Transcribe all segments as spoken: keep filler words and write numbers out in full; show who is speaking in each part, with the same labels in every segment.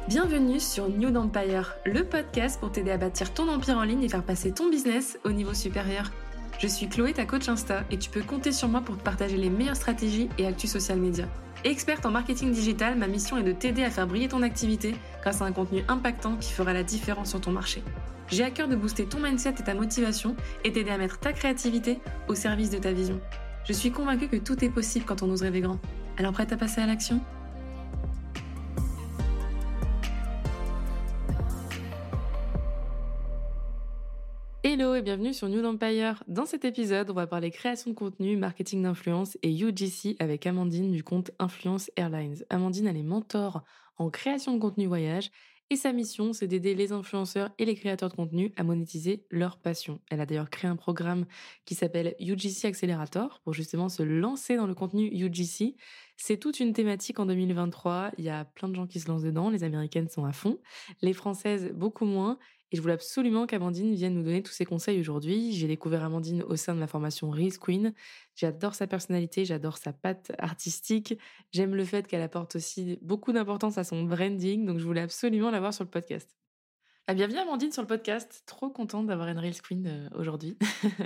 Speaker 1: Bienvenue sur New Empire, le podcast pour t'aider à bâtir ton empire en ligne et faire passer ton business au niveau supérieur. Je suis Chloé, ta coach Insta, et tu peux compter sur moi pour te partager les meilleures stratégies et actus social media. Experte en marketing digital, ma mission est de t'aider à faire briller ton activité grâce à un contenu impactant qui fera la différence sur ton marché. J'ai à cœur de booster ton mindset et ta motivation et t'aider à mettre ta créativité au service de ta vision. Je suis convaincue que tout est possible quand on ose rêver grand. Alors prête à passer à l'action ? Hello et bienvenue sur New Empire. Dans cet épisode, on va parler création de contenu, marketing d'influence et U G C avec Amandine du compte Influence Airlines. Amandine, elle est mentor en création de contenu voyage et sa mission, c'est d'aider les influenceurs et les créateurs de contenu à monétiser leur passion. Elle a d'ailleurs créé un programme qui s'appelle U G C Accelerator pour justement se lancer dans le contenu U G C. C'est toute une thématique en deux mille vingt-trois. Il y a plein de gens qui se lancent dedans. Les Américaines sont à fond, les Françaises beaucoup moins. Et je voulais absolument qu'Amandine vienne nous donner tous ses conseils aujourd'hui. J'ai découvert Amandine au sein de la formation Reels Queen. J'adore sa personnalité, j'adore sa patte artistique. J'aime le fait qu'elle apporte aussi beaucoup d'importance à son branding. Donc, je voulais absolument l'avoir sur le podcast. Ah, bienvenue Amandine sur le podcast. Trop contente d'avoir une Reels Queen euh, aujourd'hui.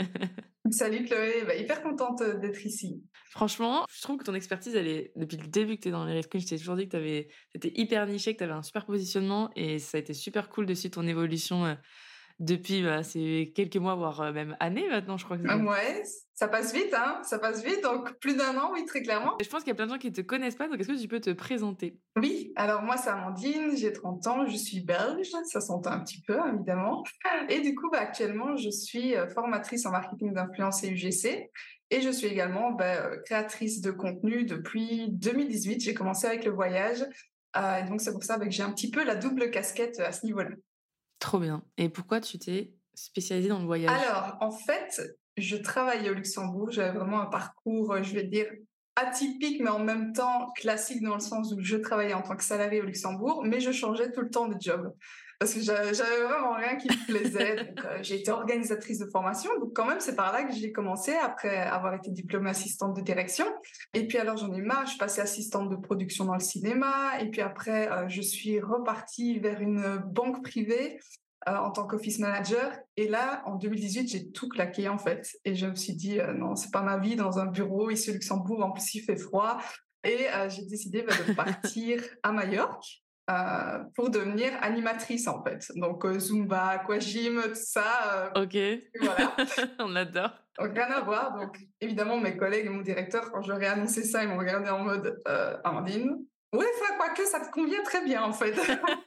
Speaker 2: Salut Chloé, bah, hyper contente d'être ici.
Speaker 1: Franchement, je trouve que ton expertise, elle est, depuis le début que tu es dans les Reels Queen, je t'ai toujours dit que tu étais hyper niché, que tu avais un super positionnement et ça a été super cool de suivre ton évolution euh, depuis bah, ces quelques mois, voire même années maintenant, je crois. Que
Speaker 2: ah, ouais, ça passe vite, hein, ça passe vite, donc plus d'un an, oui, très clairement.
Speaker 1: Je pense qu'il y a plein de gens qui ne te connaissent pas, donc est-ce que tu peux te présenter ?
Speaker 2: Oui, alors moi c'est Amandine, j'ai trente ans, je suis belge, ça s'entend un petit peu évidemment. Et du coup, bah, actuellement, je suis formatrice en marketing d'influence et U G C. Et je suis également bah, créatrice de contenu depuis deux mille dix-huit. J'ai commencé avec le voyage. Euh, et donc c'est pour ça bah, que j'ai un petit peu la double casquette à ce niveau-là.
Speaker 1: Trop bien. Et pourquoi tu t'es spécialisée dans le voyage ?
Speaker 2: Alors, en fait, je travaillais au Luxembourg. J'avais vraiment un parcours, je vais dire, atypique, mais en même temps classique dans le sens où je travaillais en tant que salarié au Luxembourg, mais je changeais tout le temps de job. Parce que j'avais, j'avais vraiment rien qui me plaisait. Donc, euh, j'ai été organisatrice de formation. Donc, quand même, c'est par là que j'ai commencé après avoir été diplômée assistante de direction. Et puis, alors, j'en ai marre. Je suis passée assistante de production dans le cinéma. Et puis après, euh, je suis repartie vers une banque privée euh, en tant qu'office manager. Et là, en deux mille dix-huit, j'ai tout claqué, en fait. Et je me suis dit, euh, non, c'est pas ma vie dans un bureau ici au Luxembourg. En plus, il fait froid. Et euh, j'ai décidé bah, de partir à Majorque. Euh, pour devenir animatrice en fait, donc euh, Zumba, Aquagym, tout ça.
Speaker 1: Euh, ok.
Speaker 2: Voilà.
Speaker 1: On adore.
Speaker 2: Donc rien à voir. Donc évidemment mes collègues et mon directeur, quand je leur ai annoncé ça, ils m'ont regardé en mode euh, Amandine. Ouais, enfin quoique ça te convient très bien en fait.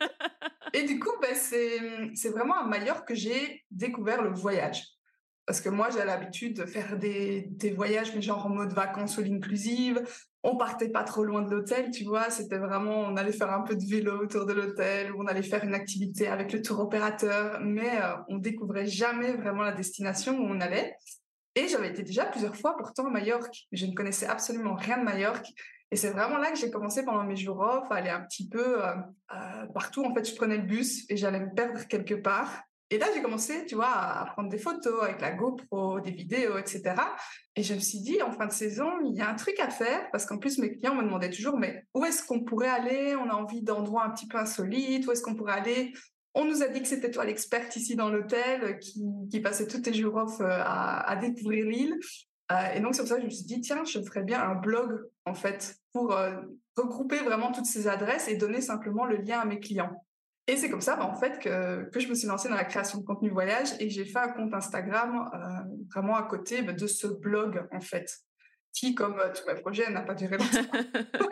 Speaker 2: Et du coup, ben c'est c'est vraiment à Majorque que j'ai découvert le voyage. Parce que moi, j'ai l'habitude de faire des, des voyages, mais genre en mode vacances all inclusive. On partait pas trop loin de l'hôtel, tu vois. C'était vraiment, on allait faire un peu de vélo autour de l'hôtel, ou on allait faire une activité avec le tour opérateur, mais euh, on découvrait jamais vraiment la destination où on allait. Et j'avais été déjà plusieurs fois pourtant à Majorque. Je ne connaissais absolument rien de Majorque. Et c'est vraiment là que j'ai commencé pendant mes jours off à aller un petit peu euh, euh, partout. En fait, je prenais le bus et j'allais me perdre quelque part. Et là, j'ai commencé, tu vois, à prendre des photos avec la GoPro, des vidéos, et cetera. Et je me suis dit, en fin de saison, il y a un truc à faire, parce qu'en plus, mes clients me demandaient toujours, mais où est-ce qu'on pourrait aller ? On a envie d'endroits un petit peu insolites, où est-ce qu'on pourrait aller ? On nous a dit que c'était toi l'experte ici dans l'hôtel, qui, qui passait tous tes jours off à, à découvrir l'île. Euh, et donc, c'est pour ça que je me suis dit, tiens, je ferais bien un blog, en fait, pour euh, regrouper vraiment toutes ces adresses et donner simplement le lien à mes clients. Et c'est comme ça, bah, en fait, que, que je me suis lancée dans la création de contenu voyage et j'ai fait un compte Instagram euh, vraiment à côté bah, de ce blog, en fait, qui, comme euh, tous mes projets, n'a pas duré longtemps.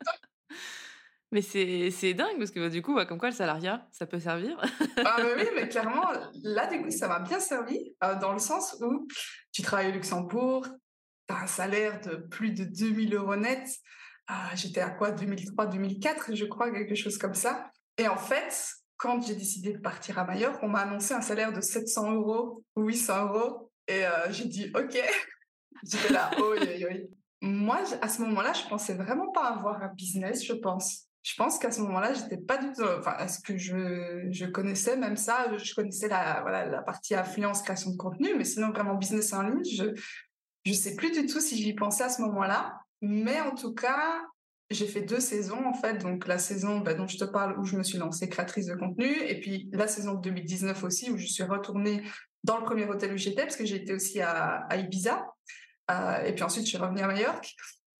Speaker 1: Mais c'est, c'est dingue, parce que bah, du coup, bah, comme quoi le salariat, ça peut servir.
Speaker 2: Ah bah oui, mais clairement, là, du coup, ça m'a bien servi, euh, dans le sens où tu travailles au Luxembourg, tu as un salaire de plus de deux mille euros net. Euh, j'étais à quoi, deux mille trois, deux mille quatre, je crois, quelque chose comme ça. Et en fait, quand j'ai décidé de partir à Majorque, on m'a annoncé un salaire de sept cents euros ou huit cents euros. Et euh, j'ai dit, OK. J'étais là, oi, oi, oi. Moi, à ce moment-là, je pensais vraiment pas avoir un business, je pense. Je pense qu'à ce moment-là, j'étais pas du tout... Enfin, est-ce que je, je connaissais même ça ? Je connaissais la, voilà, la partie affluence, création de contenu, mais sinon, vraiment business en ligne, je je sais plus du tout si j'y pensais à ce moment-là. Mais en tout cas... j'ai fait deux saisons, en fait. Donc, la saison bah, dont je te parle, où je me suis lancée créatrice de contenu, et puis la saison de deux mille dix-neuf aussi, où je suis retournée dans le premier hôtel où j'étais, parce que j'ai été aussi à, à Ibiza. Euh, et puis ensuite, je suis revenue à Majorque.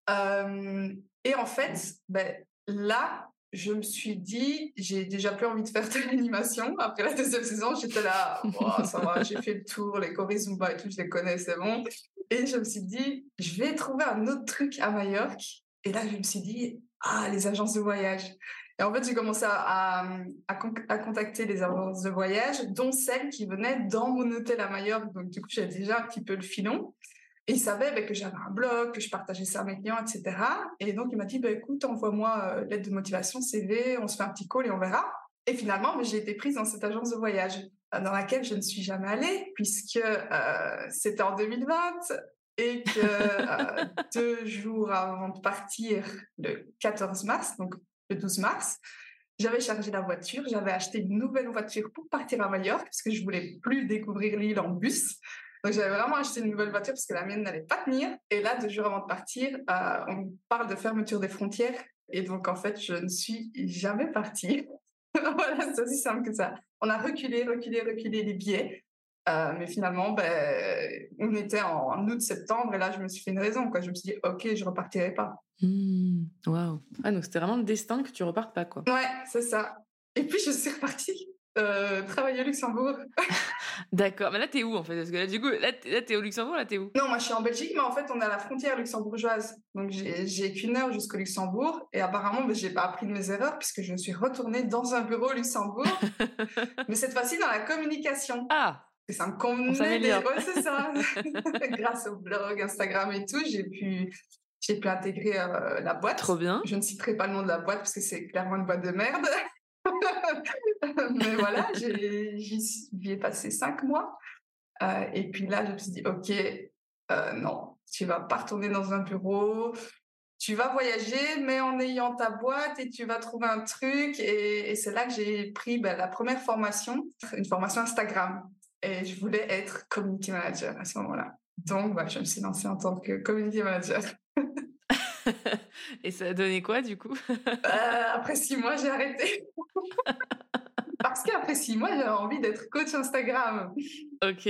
Speaker 2: Euh, et en fait, ben, là, je me suis dit, j'ai déjà plus envie de faire de l'animation. Après la deuxième saison, j'étais là, oh, ça va, j'ai fait le tour, les choris Zumba et tout, je les connais, c'est bon. Et je me suis dit, je vais trouver un autre truc à Majorque. Et là, je me suis dit, ah, les agences de voyage. Et en fait, j'ai commencé à, à, à, con- à contacter les agences de voyage, dont celles qui venaient dans mon hôtel à Majorque. Donc, du coup, j'avais déjà un petit peu le filon. Et il savait bah, que j'avais un blog, que je partageais ça à mes clients, et cetera. Et donc, il m'a dit, bah, écoute, envoie-moi euh, lettre de motivation, C V, on se fait un petit call et on verra. Et finalement, bah, j'ai été prise dans cette agence de voyage euh, dans laquelle je ne suis jamais allée, puisque euh, c'était en deux mille vingt et que euh, deux jours avant de partir, le quatorze mars, donc le douze mars, j'avais chargé la voiture, j'avais acheté une nouvelle voiture pour partir à Majorque, parce que je voulais plus découvrir l'île en bus. Donc, j'avais vraiment acheté une nouvelle voiture parce que la mienne n'allait pas tenir. Et là, deux jours avant de partir, euh, on parle de fermeture des frontières. Et donc, en fait, je ne suis jamais partie. Voilà, c'est aussi simple que ça. On a reculé, reculé, reculé les billets. Euh, mais finalement, ben, on était en août-septembre et là, je me suis fait une raison. Quoi. Je me suis dit, OK, je repartirai pas.
Speaker 1: Mmh, waouh. Ah, donc c'était vraiment le destin que tu repartes pas, quoi.
Speaker 2: Ouais, c'est ça. Et puis, je suis repartie euh, travailler au Luxembourg.
Speaker 1: D'accord. Mais là, t'es où, en fait? Parce que là, du coup, là, t'es, là, t'es au Luxembourg, là, t'es où?
Speaker 2: Non, moi, je suis en Belgique, mais en fait, on est à la frontière luxembourgeoise. Donc, j'ai, j'ai qu'une heure jusqu'au Luxembourg. Et apparemment, ben, j'ai pas appris de mes erreurs puisque je suis retournée dans un bureau au Luxembourg, mais cette fois-ci dans la communication.
Speaker 1: Ah,
Speaker 2: Et ça me
Speaker 1: on
Speaker 2: convenait des...
Speaker 1: s'améliore.
Speaker 2: Ouais, c'est ça. Grâce au blog, Instagram et tout, j'ai pu, j'ai pu intégrer euh, la boîte.
Speaker 1: Trop bien.
Speaker 2: Je ne citerai pas le nom de la boîte parce que c'est clairement une boîte de merde. Mais voilà, j'ai, j'y, j'y ai passé cinq mois. Euh, et puis là, je me suis dit, OK, euh, non, tu vas pas retourner dans un bureau, tu vas voyager, mais en ayant ta boîte et tu vas trouver un truc. Et, et c'est là que j'ai pris ben, la première formation, une formation Instagram. Et je voulais être community manager à ce moment-là. Donc, bah, je me suis lancée en tant que community manager.
Speaker 1: Et ça a donné quoi, du coup?
Speaker 2: Euh, après six mois, j'ai arrêté. Parce qu'après six mois, j'avais envie d'être coach Instagram.
Speaker 1: Ok.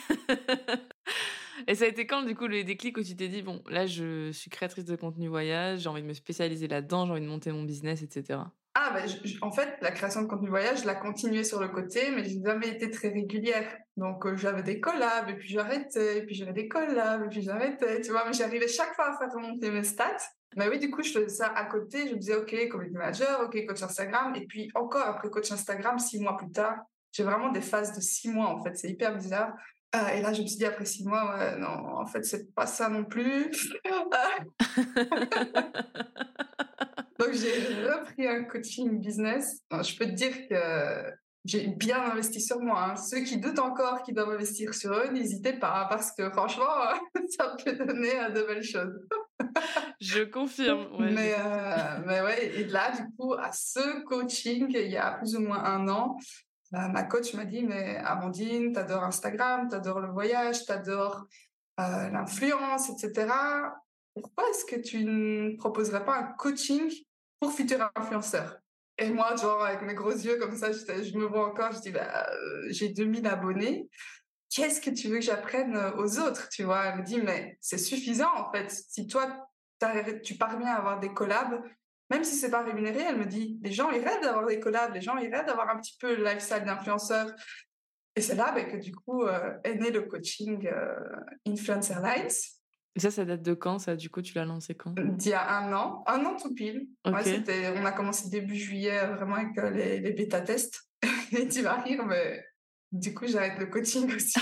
Speaker 1: Et ça a été quand, du coup, le déclic où tu t'es dit, bon, là, je suis créatrice de contenu voyage, j'ai envie de me spécialiser là-dedans, j'ai envie de monter mon business, et cetera.
Speaker 2: Ah, ben, je- je- en fait, la création de contenu voyage, je l'ai continuée sur le côté, mais j'ai jamais été très régulière. Donc, euh, j'avais des collabs, et puis j'arrêtais, et puis j'avais des collabs, et puis j'arrêtais, tu vois, mais j'arrivais chaque fois à faire remonter mes stats. Mais oui, du coup, je faisais ça à côté, je me disais, OK, community manager, OK, coach Instagram, et puis encore après coach Instagram, six mois plus tard, j'ai vraiment des phases de six mois, en fait, c'est hyper bizarre. Euh, et là, je me suis dit, après six mois, ouais, non, en fait, c'est pas ça non plus. Donc, j'ai repris un coaching business. Non, je peux te dire que j'ai bien investi sur moi. Hein. Ceux qui doutent encore qu'ils doivent investir sur eux, n'hésitez pas, hein, parce que franchement, ça peut donner euh, de belles choses.
Speaker 1: Je confirme. Ouais,
Speaker 2: mais,
Speaker 1: je confirme.
Speaker 2: euh, mais ouais, et là, du coup, à ce coaching, il y a plus ou moins un an, euh, ma coach m'a dit, mais Amandine, t'adores Instagram, t'adores le voyage, t'adores euh, l'influence, et cetera. Pourquoi est-ce que tu ne proposerais pas un coaching pour futurs influenceurs? Et moi, genre, avec mes gros yeux comme ça, je, je me vois encore, je dis, bah, euh, j'ai deux mille abonnés. Qu'est-ce que tu veux que j'apprenne aux autres, tu vois? Elle me dit, mais c'est suffisant, en fait. Si toi, tu parviens à avoir des collabs, même si c'est pas rémunéré, elle me dit, les gens, ils rêvent d'avoir des collabs, les gens, ils rêvent d'avoir un petit peu le lifestyle d'influenceur. Et c'est là ben, que du coup euh, est né le coaching euh, Influence Airlines.
Speaker 1: Et ça, ça date de quand, ça? Du coup, tu l'as lancé quand?
Speaker 2: D'il y a un an, un an tout pile.
Speaker 1: Ok.
Speaker 2: Ouais, c'était, on a commencé début juillet vraiment avec euh, les, les bêta-tests. Et tu vas rire, mais du coup, j'arrête le coaching aussi.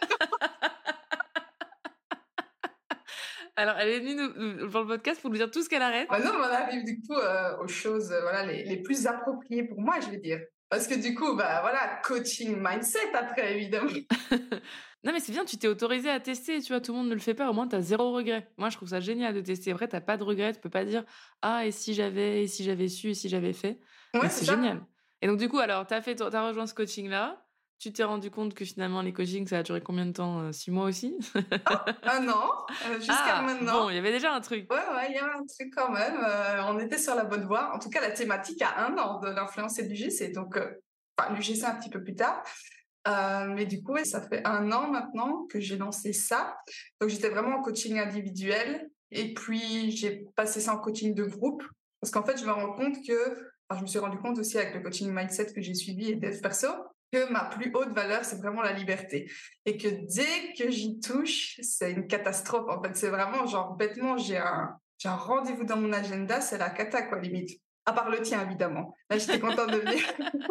Speaker 1: Alors, elle est venue nous, nous, pour le podcast pour nous dire tout ce qu'elle arrête.
Speaker 2: Maintenant, on arrive du coup euh, aux choses euh, voilà, les, les plus appropriées pour moi, je vais dire. Parce que du coup, bah voilà, coaching mindset après, évidemment.
Speaker 1: Non, mais c'est bien, tu t'es autorisé à tester, tu vois, tout le monde ne le fait pas, au moins t'as zéro regret. Moi, je trouve ça génial de tester. Après, t'as pas de regret, tu peux pas dire ah, et si j'avais, et si j'avais su, et si j'avais fait.
Speaker 2: Ouais,
Speaker 1: Donc,
Speaker 2: c'est
Speaker 1: c'est
Speaker 2: ça.
Speaker 1: génial. Et donc, du coup, alors, t'as fait, t'as rejoint ce coaching-là, Tu t'es rendu compte que finalement, les coachings, ça a duré combien de temps? euh, Six mois aussi?
Speaker 2: Oh, un an, euh, jusqu'à
Speaker 1: Ah,
Speaker 2: maintenant.
Speaker 1: bon, il y avait déjà un truc.
Speaker 2: Ouais, ouais, il y a un truc quand même. euh, on était sur la bonne voie. En tout cas, la thématique a un an de l'influence et de l'U G C. Donc, euh, enfin, l'U G C un petit peu plus tard. Euh, mais du coup, ouais, ça fait un an maintenant que j'ai lancé ça. Donc, j'étais vraiment en coaching individuel. Et puis, j'ai passé ça en coaching de groupe. Parce qu'en fait, je me rends compte que, enfin, je me suis rendu compte aussi avec le coaching mindset que j'ai suivi et Dev Perso, que ma plus haute valeur, c'est vraiment la liberté. Et que dès que j'y touche, c'est une catastrophe. En fait, c'est vraiment genre, bêtement, j'ai un, j'ai un rendez-vous dans mon agenda, c'est la cata, quoi, limite. À part le tien, évidemment. Là, j'étais contente de venir.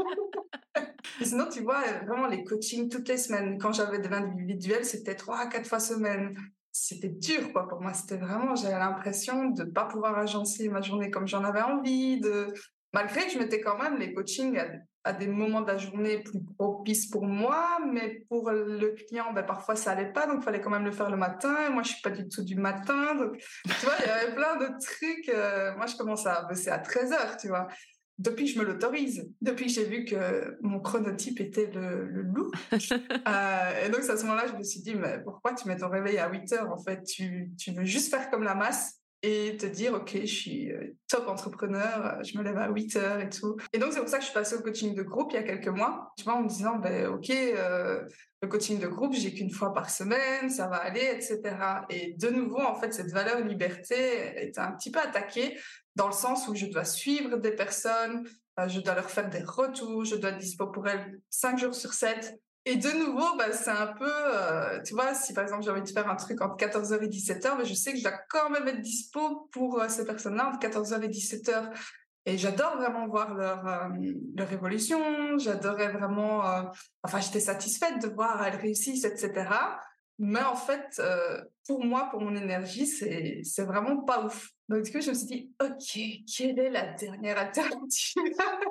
Speaker 2: Mais sinon, tu vois, euh, vraiment les coachings toutes les semaines. Quand j'avais de l'individuel, c'était trois à quatre fois semaine. C'était dur, quoi, pour moi. C'était vraiment, j'avais l'impression de ne pas pouvoir agencer ma journée comme j'en avais envie. De... Malgré que je mettais quand même les coachings à, à des moments de la journée plus propices pour moi, mais pour le client, ben, parfois ça allait pas, donc il fallait quand même le faire le matin. Et moi, je suis pas du tout du matin. Donc, tu vois, il y avait plein de trucs. Euh, moi, je commence à bosser à treize heures, tu vois. Depuis que je me l'autorise, depuis que j'ai vu que mon chronotype était le, le loup. euh, et donc, c'est à ce moment-là, je me suis dit, mais pourquoi tu mets ton réveil à huit heures, en fait? Tu, tu veux juste faire comme la masse et te dire, OK, je suis top entrepreneur, je me lève à huit heures et tout. Et donc, c'est pour ça que je suis passée au coaching de groupe il y a quelques mois, tu vois, en me disant, ben, OK, euh, le coaching de groupe, j'ai qu'une fois par semaine, ça va aller, et cetera. Et de nouveau, en fait, cette valeur liberté est un petit peu attaquée dans le sens où je dois suivre des personnes, euh, je dois leur faire des retours, je dois être dispo pour elles cinq jours sur sept. Et de nouveau, bah, c'est un peu, euh, tu vois, si par exemple j'ai envie de faire un truc entre quatorze heures et dix-sept heures, bah, je sais que je dois quand même être dispo pour euh, ces personnes-là entre quatorze heures et dix-sept heures. Et j'adore vraiment voir leur, euh, leur évolution, j'adorais vraiment, euh, enfin j'étais satisfaite de voir elles réussissent, et cetera. Mais en fait, euh, pour moi, pour mon énergie, c'est, c'est vraiment pas ouf. Donc du coup, je me suis dit, OK, quelle est la dernière alternative?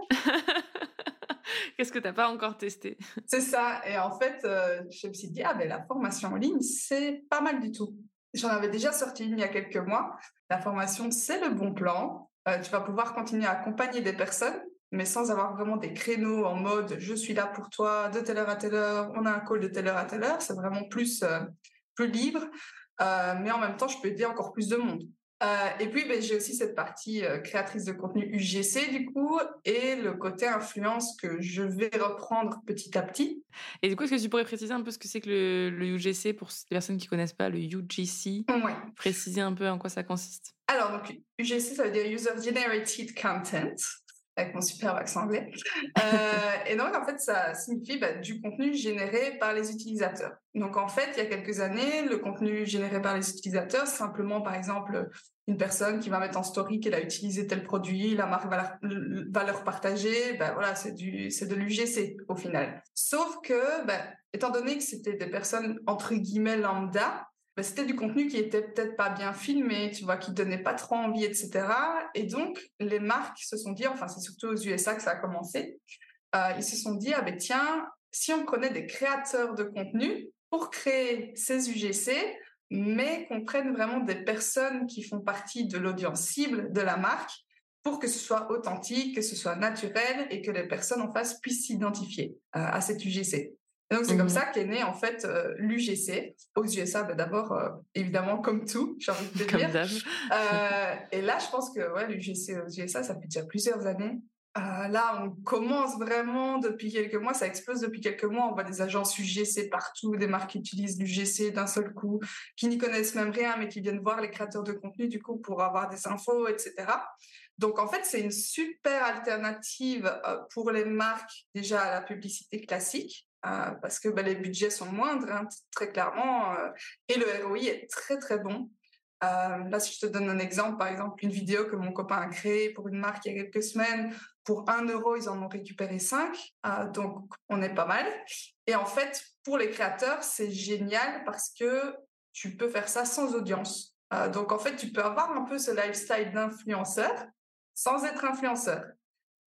Speaker 1: Qu'est-ce que t'as pas encore testé?
Speaker 2: C'est ça. Et en fait, euh, je me suis dit, ah ben la formation en ligne, c'est pas mal du tout. J'en avais déjà sorti une il y a quelques mois. La formation, c'est le bon plan. Euh, tu vas pouvoir continuer à accompagner des personnes, mais sans avoir vraiment des créneaux en mode je suis là pour toi de telle heure à telle heure, on a un call de telle heure à telle heure. C'est vraiment plus, euh, plus libre. Euh, mais en même temps, je peux aider encore plus de monde. Euh, et puis, ben, j'ai aussi cette partie euh, créatrice de contenu U G C, du coup, et le côté influence que je vais reprendre petit à petit.
Speaker 1: Et du coup, est-ce que tu pourrais préciser un peu ce que c'est que le, le U G C pour les personnes qui connaissent pas le U G C?
Speaker 2: Ouais.
Speaker 1: Préciser un peu en quoi ça consiste.
Speaker 2: Alors, donc, U G C, ça veut dire User Generated Content, avec mon super accent anglais. Euh, et donc, en fait, ça signifie bah, du contenu généré par les utilisateurs. Donc, en fait, il y a quelques années, le contenu généré par les utilisateurs, c'est simplement, par exemple, une personne qui va mettre en story qu'elle a utilisé tel produit, la marque va, la, va leur partager, ben voilà, c'est du, c'est de l'U G C au final. Sauf que, ben, étant donné que c'était des personnes entre guillemets lambda, ben, c'était du contenu qui était peut-être pas bien filmé, tu vois, qui donnait pas trop envie, et cetera. Et donc, les marques se sont dit, enfin, c'est surtout aux U S A que ça a commencé, euh, ils se sont dit, ah ben tiens, si on prenait des créateurs de contenu pour créer ces U G C, mais qu'on prenne vraiment des personnes qui font partie de l'audience cible de la marque pour que ce soit authentique, que ce soit naturel et que les personnes en face puissent s'identifier euh, à cet U G C. Et donc, c'est mmh. comme ça qu'est né, en fait, euh, l'U G C. Aux U S A, bah, d'abord, euh, évidemment, comme tout, j'ai envie de te
Speaker 1: Comme
Speaker 2: dire.
Speaker 1: d'hab.
Speaker 2: Euh, et là, je pense que ouais, l'U G C aux U S A, ça fait déjà plusieurs années. Euh, là, on commence vraiment depuis quelques mois, ça explose depuis quelques mois. On voit des agences U G C partout, des marques qui utilisent l'U G C d'un seul coup, qui n'y connaissent même rien, mais qui viennent voir les créateurs de contenu, du coup, pour avoir des infos, et cetera. Donc, en fait, c'est une super alternative euh, pour les marques, déjà à la publicité classique. Euh, parce que bah, les budgets sont moindres, hein, très clairement, euh, et le R O I est très très bon. Euh, là, si je te donne un exemple, par exemple, une vidéo que mon copain a créée pour une marque il y a quelques semaines, pour un euro, ils en ont récupéré cinq, euh, donc on est pas mal. Et en fait, pour les créateurs, c'est génial parce que tu peux faire ça sans audience. Euh, donc en fait, tu peux avoir un peu ce lifestyle d'influenceur sans être influenceur.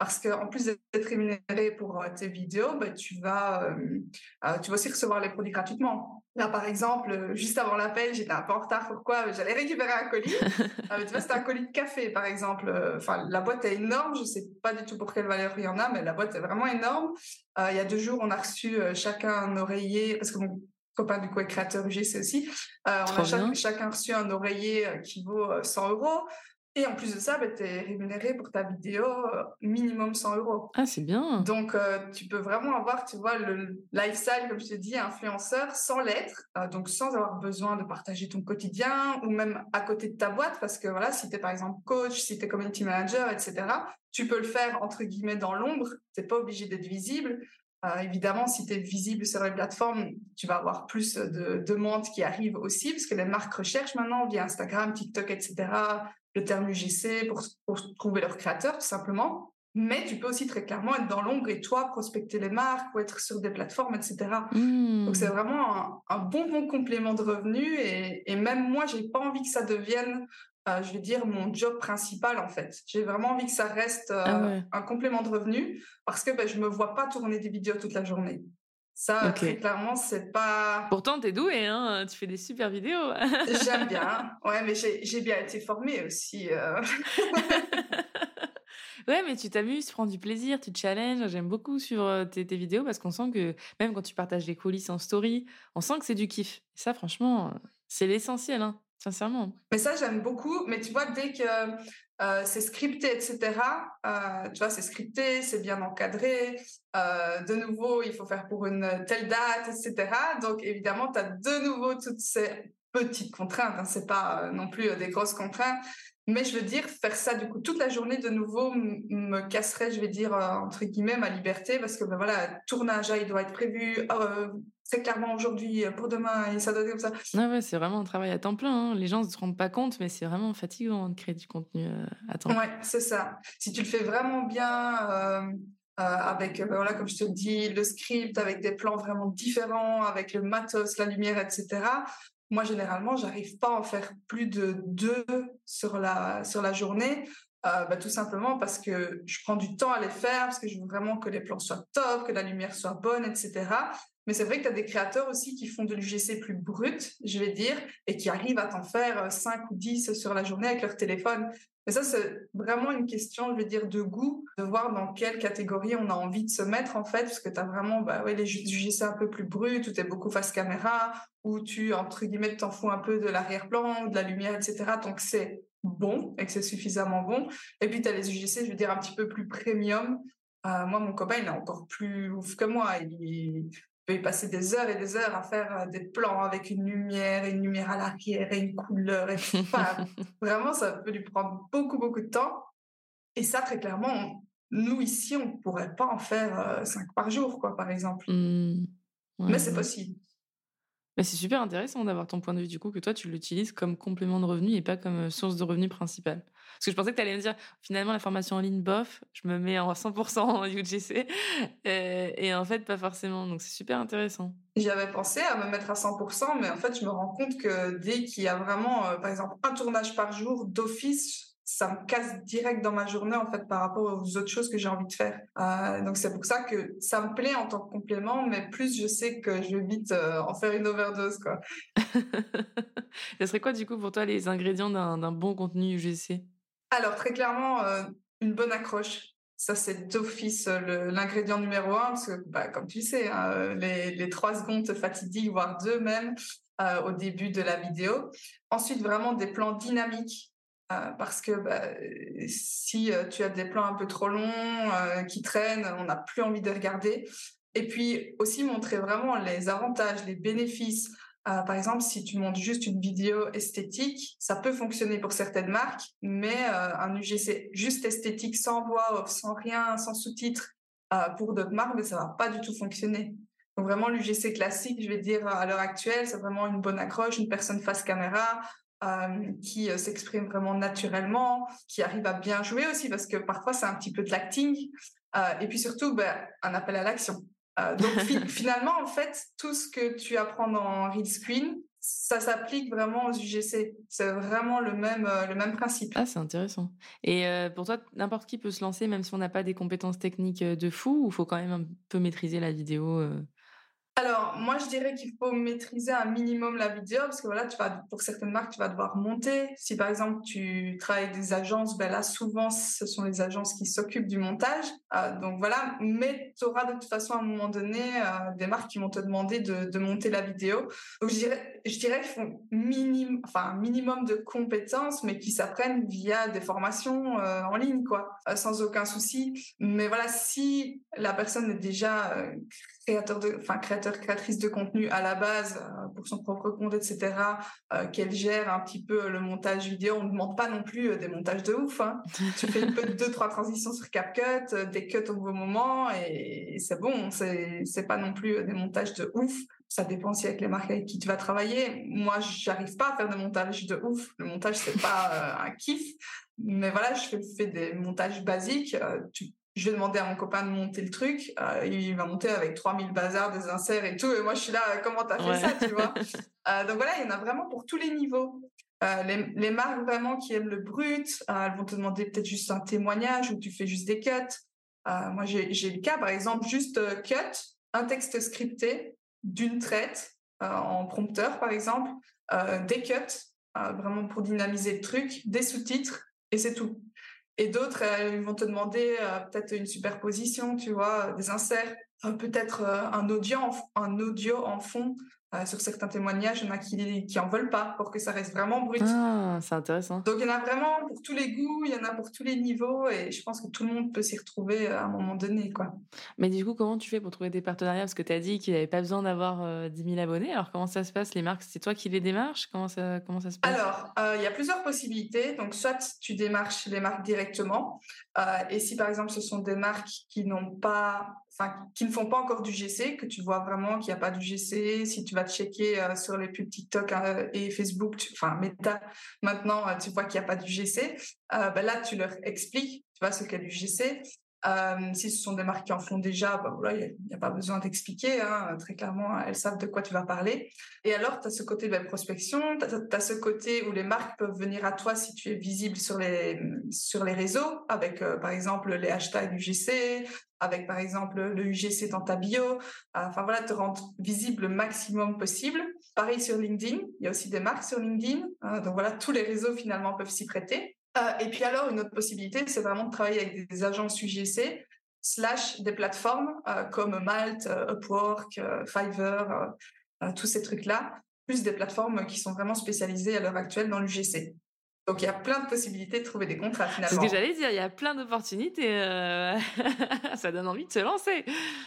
Speaker 2: parce qu'en plus d'être rémunéré pour euh, tes vidéos, bah, tu, vas, euh, euh, tu vas aussi recevoir les produits gratuitement. Là, par exemple, euh, juste avant l'appel, j'étais un peu en retard. Pourquoi? J'allais récupérer un colis. Euh, tu vois, c'était un colis de café, par exemple. Euh, Enfin, la boîte est énorme. Je sais pas du tout pour quelle valeur il y en a, mais la boîte est vraiment énorme. Euh, il y a deux jours, on a reçu euh, chacun un oreiller, parce que mon copain du coup est créateur U G C aussi. Euh, on
Speaker 1: Trop
Speaker 2: a chaque,
Speaker 1: bien.
Speaker 2: chacun reçu un oreiller euh, qui vaut euh, cent euros. Et en plus de ça, bah, tu es rémunéré pour ta vidéo euh, minimum cent euros.
Speaker 1: Ah, c'est bien.
Speaker 2: Donc, euh, tu peux vraiment avoir, tu vois, le lifestyle, comme je te dis, influenceur sans l'être, euh, donc sans avoir besoin de partager ton quotidien ou même à côté de ta boîte, parce que voilà, si tu es par exemple coach, si tu es community manager, et cetera, tu peux le faire entre guillemets dans l'ombre, tu n'es pas obligé d'être visible. Euh, évidemment, si tu es visible sur les plateformes, tu vas avoir plus de demandes qui arrivent aussi, parce que les marques recherchent maintenant via Instagram, TikTok, et cetera, le terme U G C pour, pour trouver leurs créateurs, tout simplement. Mais tu peux aussi très clairement être dans l'ombre et toi, prospecter les marques ou être sur des plateformes, et cetera. Donc, c'est
Speaker 1: Mmh.
Speaker 2: vraiment un, un bon, bon complément de revenus. Et, et même moi, j'ai pas envie que ça devienne, euh, je vais dire, mon job principal, en fait. J'ai vraiment envie que ça reste
Speaker 1: Ah
Speaker 2: euh,
Speaker 1: ouais.
Speaker 2: un complément de revenus parce que ben, je me vois pas tourner des vidéos toute la journée. Ça, euh, très
Speaker 1: OK.
Speaker 2: clairement, c'est pas...
Speaker 1: Pourtant, t'es douée, hein, tu fais des super vidéos.
Speaker 2: J'aime bien. Ouais, mais j'ai, j'ai bien été formée aussi. euh.
Speaker 1: Ouais, mais tu t'amuses, tu prends du plaisir, tu te challenges. J'aime beaucoup suivre euh, tes, tes vidéos parce qu'on sent que même quand tu partages les coulisses en story, on sent que c'est du kiff. Et ça, franchement, euh, c'est l'essentiel, hein, sincèrement.
Speaker 2: Mais ça, j'aime beaucoup. Mais tu vois, dès que euh, c'est scripté, et cetera, euh, tu vois, c'est scripté, c'est bien encadré. Euh, de nouveau, il faut faire pour une telle date, et cetera. Donc, évidemment, tu as de nouveau toutes ces petites contraintes. Hein. C'est pas euh, non plus euh, des grosses contraintes. Mais je veux dire, faire ça du coup toute la journée de nouveau m- me casserait, je vais dire, euh, entre guillemets, ma liberté. Parce que ben voilà, tournage, ah, il doit être prévu euh, très clairement aujourd'hui, euh, pour demain, et ça doit être comme ça.
Speaker 1: Ah ouais, c'est vraiment un travail à temps plein, hein. Les gens ne se rendent pas compte, mais c'est vraiment fatigant, hein, de créer du contenu euh, à temps plein.
Speaker 2: Ouais, c'est ça. Si tu le fais vraiment bien, euh, euh, avec, euh, voilà, comme je te le dis, le script, avec des plans vraiment différents, avec le matos, la lumière, et cetera. Moi, généralement, j'arrive pas à en faire plus de deux sur la, sur la journée. Euh, bah, tout simplement parce que je prends du temps à les faire, parce que je veux vraiment que les plans soient top, que la lumière soit bonne, et cetera. Mais c'est vrai que tu as des créateurs aussi qui font de l'U G C plus brut, je vais dire, et qui arrivent à t'en faire cinq ou dix sur la journée avec leur téléphone. Mais ça, c'est vraiment une question, je veux dire, de goût, de voir dans quelle catégorie on a envie de se mettre, en fait, parce que tu as vraiment, bah ouais, les U G C un peu plus bruts, où tu es beaucoup face caméra, où tu, entre guillemets, t'en fous un peu de l'arrière-plan, de la lumière, et cetera. Donc, c'est bon, et que c'est suffisamment bon. Et puis, tu as les U G C, je veux dire, un petit peu plus premium. Euh, moi, mon copain, il est encore plus ouf que moi. Il peut y passer des heures et des heures à faire euh, des plans avec une lumière, et une lumière à l'arrière, et une couleur, et enfin, vraiment, ça peut lui prendre beaucoup, beaucoup de temps. Et ça, très clairement, on- nous, ici, on ne pourrait pas en faire euh, cinq par jour, quoi, par exemple.
Speaker 1: Mmh. Ouais,
Speaker 2: Mais
Speaker 1: je
Speaker 2: c'est
Speaker 1: vois.
Speaker 2: possible.
Speaker 1: Mais c'est super intéressant d'avoir ton point de vue, du coup, que toi, tu l'utilises comme complément de revenu et pas comme euh, source de revenu principale. Parce que je pensais que tu allais me dire, finalement, la formation en ligne, bof, je me mets en cent pour cent en U G C. Euh, et en fait, pas forcément. Donc, c'est super intéressant.
Speaker 2: J'y avais pensé à me mettre à cent pour cent, mais en fait, je me rends compte que dès qu'il y a vraiment, euh, par exemple, un tournage par jour d'office, ça me casse direct dans ma journée, en fait, par rapport aux autres choses que j'ai envie de faire. Euh, donc, c'est pour ça que ça me plaît en tant que complément, mais plus je sais que je vais vite euh, en faire une overdose, quoi.
Speaker 1: Ça serait quoi, du coup, pour toi, les ingrédients d'un d'un bon contenu U G C?
Speaker 2: Alors, très clairement, euh, une bonne accroche. Ça, c'est d'office euh, le- l'ingrédient numéro un, parce que, bah, comme tu le sais, hein, euh, les, les trois secondes te fatiguent, voire deux même, euh, au début de la vidéo. Ensuite, vraiment des plans dynamiques, euh, parce que bah, euh, si euh, tu as des plans un peu trop longs, euh, qui traînent, on n'a plus envie de regarder. Et puis aussi montrer vraiment les avantages, les bénéfices. Euh, par exemple, si tu montes juste une vidéo esthétique, ça peut fonctionner pour certaines marques, mais euh, un U G C juste esthétique, sans voix off, sans rien, sans sous-titres, euh, pour d'autres marques, mais ça va pas du tout fonctionner. Donc vraiment, l'U G C classique, je vais dire à l'heure actuelle, c'est vraiment une bonne accroche, une personne face caméra, euh, qui euh, s'exprime vraiment naturellement, qui arrive à bien jouer aussi, parce que parfois c'est un petit peu de l'acting, euh, et puis surtout, ben, un appel à l'action. Euh, donc fi- finalement, en fait, tout ce que tu apprends dans Real Screen, ça s'applique vraiment aux U G C. C'est vraiment le même, euh, le même principe.
Speaker 1: Ah, c'est intéressant. Et euh, pour toi, n'importe qui peut se lancer, même si on n'a pas des compétences techniques euh, de fou, ou faut quand même un peu maîtriser la vidéo euh
Speaker 2: Alors, moi, je dirais qu'il faut maîtriser un minimum la vidéo parce que voilà, tu vas, pour certaines marques, tu vas devoir monter. Si par exemple, tu travailles avec des agences, ben là, souvent, ce sont les agences qui s'occupent du montage. Euh, donc voilà, mais tu auras de toute façon à un moment donné euh, des marques qui vont te demander de, de monter la vidéo. Donc, je dirais, je dirais qu'ils font minimum, enfin, un minimum de compétences, mais qui s'apprennent via des formations euh, en ligne, quoi, euh, sans aucun souci. Mais voilà, si la personne est déjà euh, créateur de, enfin créateur, créatrice de contenu à la base euh, pour son propre compte, et cetera, euh, qu'elle gère un petit peu le montage vidéo. On ne demande pas non plus euh, des montages de ouf. Hein. Tu fais une peu de deux, trois transitions sur CapCut, euh, des cuts au bon moment et, et c'est bon. C'est, c'est pas non plus euh, des montages de ouf. Ça dépend aussi avec les marques avec qui tu vas travailler. Moi, j'arrive pas à faire de montage de ouf. Le montage, c'est pas euh, un kiff. Mais voilà, je fais, fais des montages basiques. Euh, tu je vais demander à mon copain de monter le truc. Euh, il va monter avec trois mille bazars, des inserts et tout. Et moi, je suis là, comment t'as fait
Speaker 1: Ouais.
Speaker 2: ça, tu vois euh, Donc voilà, il y en a vraiment pour tous les niveaux. Euh, les, les marques vraiment qui aiment le brut, euh, elles vont te demander peut-être juste un témoignage où tu fais juste des cuts. Euh, moi, j'ai, j'ai le cas, par exemple, juste euh, cut, un texte scripté d'une traite euh, en prompteur, par exemple, euh, des cuts, euh, vraiment pour dynamiser le truc, des sous-titres, et c'est tout. Et d'autres, euh, ils vont te demander euh, peut-être une superposition, tu vois, des inserts, euh, peut-être euh, un audio, en, un audio en fond. Euh, sur certains témoignages, il y en a qui, qui en veulent pas pour que ça reste vraiment brut.
Speaker 1: Ah, c'est intéressant.
Speaker 2: Donc il y en a vraiment pour tous les goûts, il y en a pour tous les niveaux, et je pense que tout le monde peut s'y retrouver à un moment donné, quoi.
Speaker 1: Mais du coup, comment tu fais pour trouver des partenariats? Parce que tu as dit qu'il n'y avait pas besoin d'avoir euh, dix mille abonnés. Alors, comment ça se passe? Les marques, c'est toi qui les démarches? Comment ça, comment ça se passe?
Speaker 2: Alors, euh, il y a plusieurs possibilités. Donc, soit tu démarches les marques directement, euh, et si par exemple ce sont des marques qui n'ont pas, enfin, qui ne font pas encore du G C, que tu vois vraiment qu'il n'y a pas du G C, si tu vas checker euh, sur les pubs TikTok euh, et Facebook, tu, enfin Meta, maintenant euh, tu vois qu'il n'y a pas du G C, euh, ben là tu leur expliques, tu vois ce qu'est du G C. Euh, si ce sont des marques qui en font déjà, ben voilà, il n'y a, a pas besoin d'expliquer, hein, très clairement, elles savent de quoi tu vas parler. Et alors, tu as ce côté de la prospection, tu as ce côté où les marques peuvent venir à toi si tu es visible sur les, sur les réseaux, avec euh, par exemple les hashtags U G C, avec par exemple le U G C dans ta bio, enfin voilà, te rendre visible le maximum possible. Pareil sur LinkedIn, il y a aussi des marques sur LinkedIn, hein, donc voilà, tous les réseaux finalement peuvent s'y prêter. Euh, et puis alors, une autre possibilité, c'est vraiment de travailler avec des agences U G C, slash des plateformes euh, comme Malt, euh, Upwork, euh, Fiverr, euh, euh, tous ces trucs-là, plus des plateformes qui sont vraiment spécialisées à l'heure actuelle dans l'U G C. Donc il y a plein de possibilités de trouver des contrats finalement.
Speaker 1: C'est ce que j'allais dire, il y a plein d'opportunités. Euh... ça donne envie de se lancer.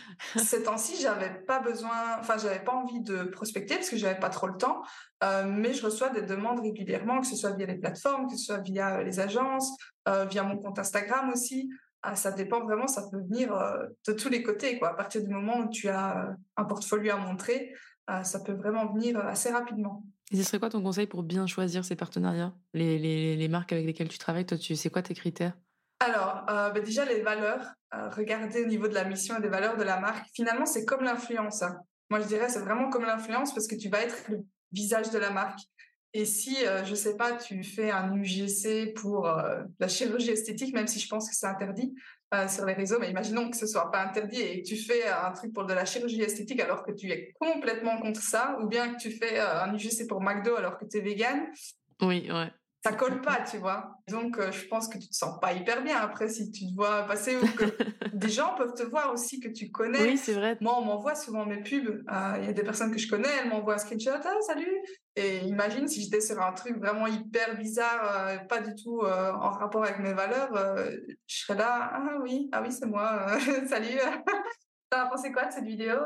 Speaker 2: Ces temps-ci, j'avais pas besoin, enfin, j'avais pas envie de prospecter parce que j'avais pas trop le temps, euh, mais je reçois des demandes régulièrement, que ce soit via les plateformes, que ce soit via les agences, euh, via mon compte Instagram aussi. Ah, ça dépend vraiment, ça peut venir euh, de tous les côtés, quoi. À partir du moment où tu as euh, un portfolio à montrer, euh, ça peut vraiment venir assez rapidement.
Speaker 1: Et ce serait quoi ton conseil pour bien choisir ces partenariats? Les, les, les marques avec lesquelles tu travailles, toi, tu sais quoi tes critères?
Speaker 2: Alors, euh, bah déjà, les valeurs, euh, regarder au niveau de la mission et des valeurs de la marque. Finalement, c'est comme l'influence. Hein. Moi, je dirais, c'est vraiment comme l'influence parce que tu vas être le visage de la marque. Et si, euh, je sais pas, tu fais un U G C pour euh, la chirurgie esthétique, même si je pense que c'est interdit euh, sur les réseaux, mais imaginons que ce soit pas interdit et que tu fais un truc pour de la chirurgie esthétique alors que tu es complètement contre ça, ou bien que tu fais euh, un U G C pour McDo alors que tu es vegan.
Speaker 1: Oui, ouais.
Speaker 2: Ça colle pas, tu vois. Donc, euh, je pense que tu te sens pas hyper bien après si tu te vois passer ou que des gens peuvent te voir aussi que tu connais.
Speaker 1: Oui, c'est vrai.
Speaker 2: Moi, on m'envoie souvent mes pubs. Il euh, y a des personnes que je connais, elles m'envoient un screenshot. Ah, salut! Et imagine si j'étais sur un truc vraiment hyper bizarre, euh, pas du tout euh, en rapport avec mes valeurs, euh, je serais là. Ah oui, ah oui, c'est moi. Salut! T'as pensé quoi de cette vidéo?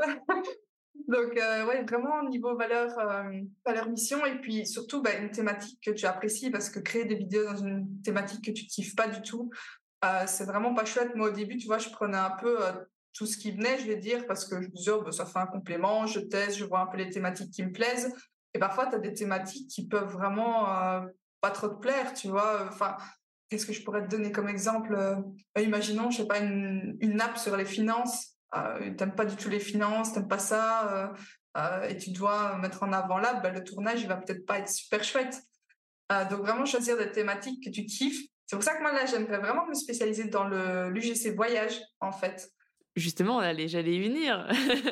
Speaker 2: Donc, euh, ouais, vraiment niveau valeur, euh, valeur mission et puis surtout bah, une thématique que tu apprécies parce que créer des vidéos dans une thématique que tu kiffes pas du tout, euh, c'est vraiment pas chouette. Moi, au début, tu vois, je prenais un peu euh, tout ce qui venait, je vais dire, parce que je me disais, oh, bah, ça fait un complément, je teste, je vois un peu les thématiques qui me plaisent. Et parfois, tu as des thématiques qui peuvent vraiment euh, pas trop te plaire, tu vois. Enfin, qu'est-ce que je pourrais te donner comme exemple? euh, Imaginons, je sais pas, une, une app sur les finances. Euh, t'aimes pas du tout les finances, t'aimes pas ça. Euh, euh, et tu dois mettre en avant là, bah, le tournage, il va peut-être pas être super chouette. Euh, donc vraiment choisir des thématiques que tu kiffes. C'est pour ça que moi, là, j'aimerais vraiment me spécialiser dans le l'U G C voyage, en fait.
Speaker 1: Justement, allez, j'allais y venir.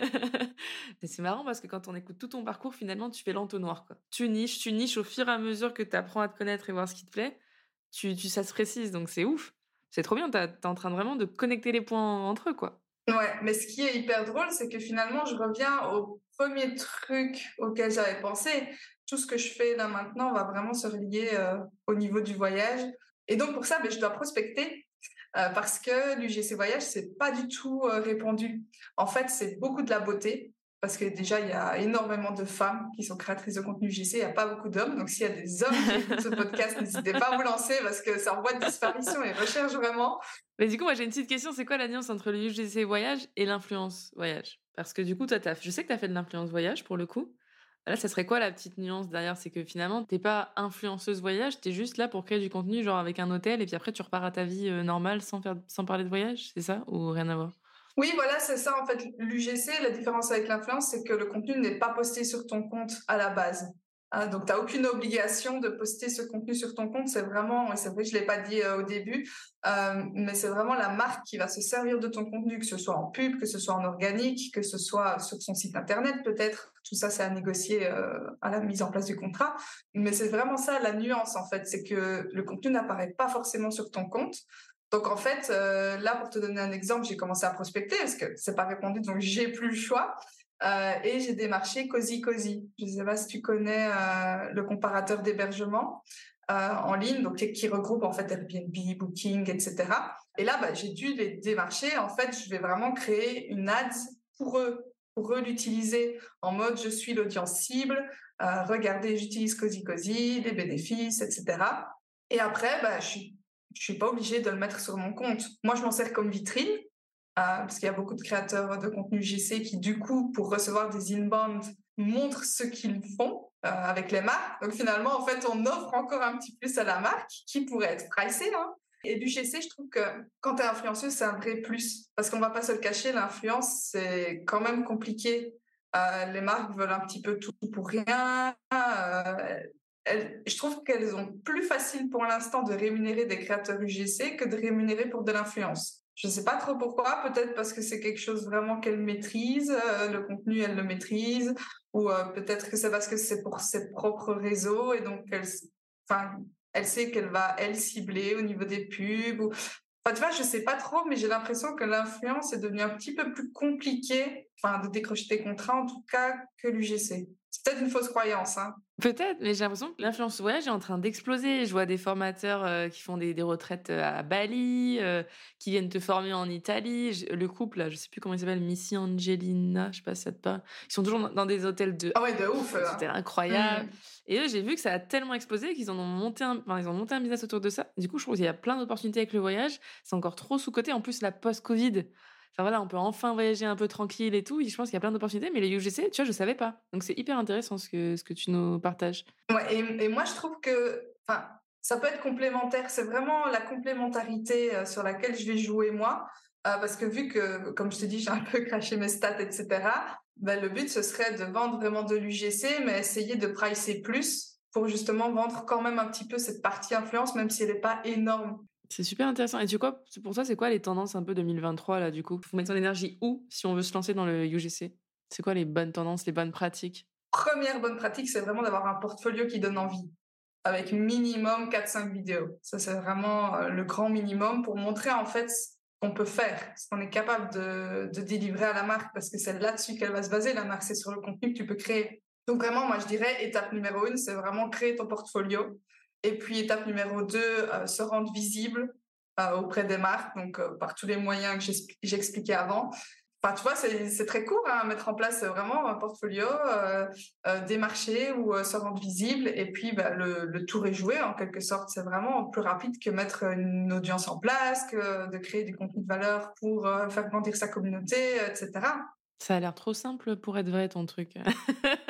Speaker 1: C'est marrant parce que quand on écoute tout ton parcours, finalement, tu fais l'entonnoir, quoi. Tu niches, tu niches au fur et à mesure que tu apprends à te connaître et voir ce qui te plaît. Tu, tu, ça se précise, donc c'est ouf. C'est trop bien, t'as- t'es en train de vraiment de connecter les points entre eux, quoi.
Speaker 2: Ouais, mais ce qui est hyper drôle, c'est que finalement, je reviens au premier truc auquel j'avais pensé. Tout ce que je fais là maintenant va vraiment se relier euh, au niveau du voyage. Et donc, pour ça, ben, je dois prospecter euh, parce que l'U G C Voyage, c'est pas du tout euh, répandu. En fait, c'est beaucoup de la beauté. Parce que déjà, il y a énormément de femmes qui sont créatrices de contenu U G C, il n'y a pas beaucoup d'hommes. Donc, s'il y a des hommes qui écoutent ce podcast, n'hésitez pas à vous lancer parce que c'est en voie de disparition et recherche vraiment.
Speaker 1: Mais du coup, moi, j'ai une petite question. C'est quoi la nuance entre le U G C voyage et l'influence voyage? Parce que du coup, toi, t'as, je sais que tu as fait de l'influence voyage pour le coup. Là, ça serait quoi la petite nuance derrière? C'est que finalement, t'es pas influenceuse voyage, t'es juste là pour créer du contenu, genre avec un hôtel, et puis après, tu repars à ta vie euh, normale sans, faire, sans parler de voyage, c'est ça? Ou rien à voir?
Speaker 2: Oui, voilà, c'est ça. En fait, l'U G C, la différence avec l'influence, c'est que le contenu n'est pas posté sur ton compte à la base. Hein, donc, tu n'as aucune obligation de poster ce contenu sur ton compte. C'est vraiment, et c'est vrai que je ne l'ai pas dit euh, au début, euh, mais c'est vraiment la marque qui va se servir de ton contenu, que ce soit en pub, que ce soit en organique, que ce soit sur son site internet peut-être. Tout ça, c'est à négocier euh, à la mise en place du contrat. Mais c'est vraiment ça la nuance, en fait. C'est que le contenu n'apparaît pas forcément sur ton compte. Donc en fait, euh, là pour te donner un exemple, j'ai commencé à prospecter parce que c'est pas répondu, donc j'ai plus le choix. Euh, et j'ai démarché Cozy Cozy. Je sais pas si tu connais euh, le comparateur d'hébergement euh, en ligne, donc qui regroupe en fait Airbnb, Booking, et cetera. Et là, bah, j'ai dû les démarcher. En fait, je vais vraiment créer une ads pour eux, pour eux l'utiliser en mode je suis l'audience cible. Euh, regardez, j'utilise Cozy Cozy, les bénéfices, et cetera. Et après, bah, je suis je suis pas obligée de le mettre sur mon compte. Moi, je m'en sers comme vitrine, euh, parce qu'il y a beaucoup de créateurs de contenu G C qui, du coup, pour recevoir des inbound, montrent ce qu'ils font euh, avec les marques. Donc, finalement, en fait, on offre encore un petit plus à la marque qui pourrait être pricée. Hein. Et du G C, je trouve que quand tu es influenceuse, c'est un vrai plus. Parce qu'on va pas se le cacher, l'influence, c'est quand même compliqué. Euh, les marques veulent un petit peu tout pour rien. Euh, elles, je trouve qu'elles ont plus facile pour l'instant de rémunérer des créateurs U G C que de rémunérer pour de l'influence. Je ne sais pas trop pourquoi, peut-être parce que c'est quelque chose vraiment qu'elles maîtrisent, euh, le contenu, elles le maîtrisent, ou euh, peut-être que c'est parce que c'est pour ses propres réseaux et donc elle, enfin, elle sait qu'elle va, elle, cibler au niveau des pubs. Ou... Enfin, tu vois, je ne sais pas trop, mais j'ai l'impression que l'influence est devenue un petit peu plus compliquée, enfin, de décrocher des contrats en tout cas, que l'U G C. C'est peut-être une fausse croyance, hein.
Speaker 1: Peut-être, mais j'ai l'impression que l'influence voyage est en train d'exploser. Je vois des formateurs euh, qui font des, des retraites euh, à Bali, euh, qui viennent te former en Italie. Je- le couple, là, je sais plus comment il s'appelle, Missy Angelina, je sais pas si ça te parle. Ils sont toujours dans, dans des hôtels de...
Speaker 2: Ah ouais, de ouf. Euh.
Speaker 1: C'était incroyable. Mmh. Et eux, j'ai vu que ça a tellement explosé qu'ils en ont monté un, enfin, ils ont monté un business autour de ça. Du coup, je trouve qu'il y a plein d'opportunités avec le voyage. C'est encore trop sous-coté. En plus, la post-Covid... Enfin voilà, on peut enfin voyager un peu tranquille et tout. Je pense qu'il y a plein d'opportunités, mais les U G C, tu vois, je savais pas. Donc c'est hyper intéressant ce que, ce que tu nous partages.
Speaker 2: Ouais, et, et moi, je trouve que enfin, ça peut être complémentaire. C'est vraiment la complémentarité euh, sur laquelle je vais jouer moi. Euh, parce que vu que, comme je te dis, j'ai un peu craché mes stats, et cetera, ben, le but, ce serait de vendre vraiment de l'U G C, mais essayer de pricer plus pour justement vendre quand même un petit peu cette partie influence, même si elle n'est pas énorme.
Speaker 1: C'est super intéressant. Et tu quoi, pour toi, c'est quoi les tendances un peu deux mille vingt-trois, là, du coup? Faut mettre son énergie où si on veut se lancer dans le U G C? C'est quoi les bonnes tendances, les bonnes pratiques?
Speaker 2: Première bonne pratique, c'est vraiment d'avoir un portfolio qui donne envie, avec minimum quatre cinq vidéos. Ça, c'est vraiment euh, le grand minimum pour montrer en fait ce qu'on peut faire, ce qu'on est capable de, de délivrer à la marque, parce que c'est là-dessus qu'elle va se baser. La marque, c'est sur le contenu que tu peux créer. Donc vraiment, moi, je dirais, étape numéro une, c'est vraiment créer ton portfolio. Et puis, étape numéro deux, euh, se rendre visible euh, auprès des marques, donc euh, par tous les moyens que j'expliquais avant. Enfin, tu vois, c'est, c'est très court hein, à mettre en place vraiment un portfolio, euh, euh, démarcher ou euh, se rendre visible. Et puis, bah, le, le tour est joué en quelque sorte. C'est vraiment plus rapide que mettre une audience en place, que de créer du contenu de valeur pour euh, faire grandir sa communauté, et cetera.
Speaker 1: Ça a l'air trop simple pour être vrai, ton truc.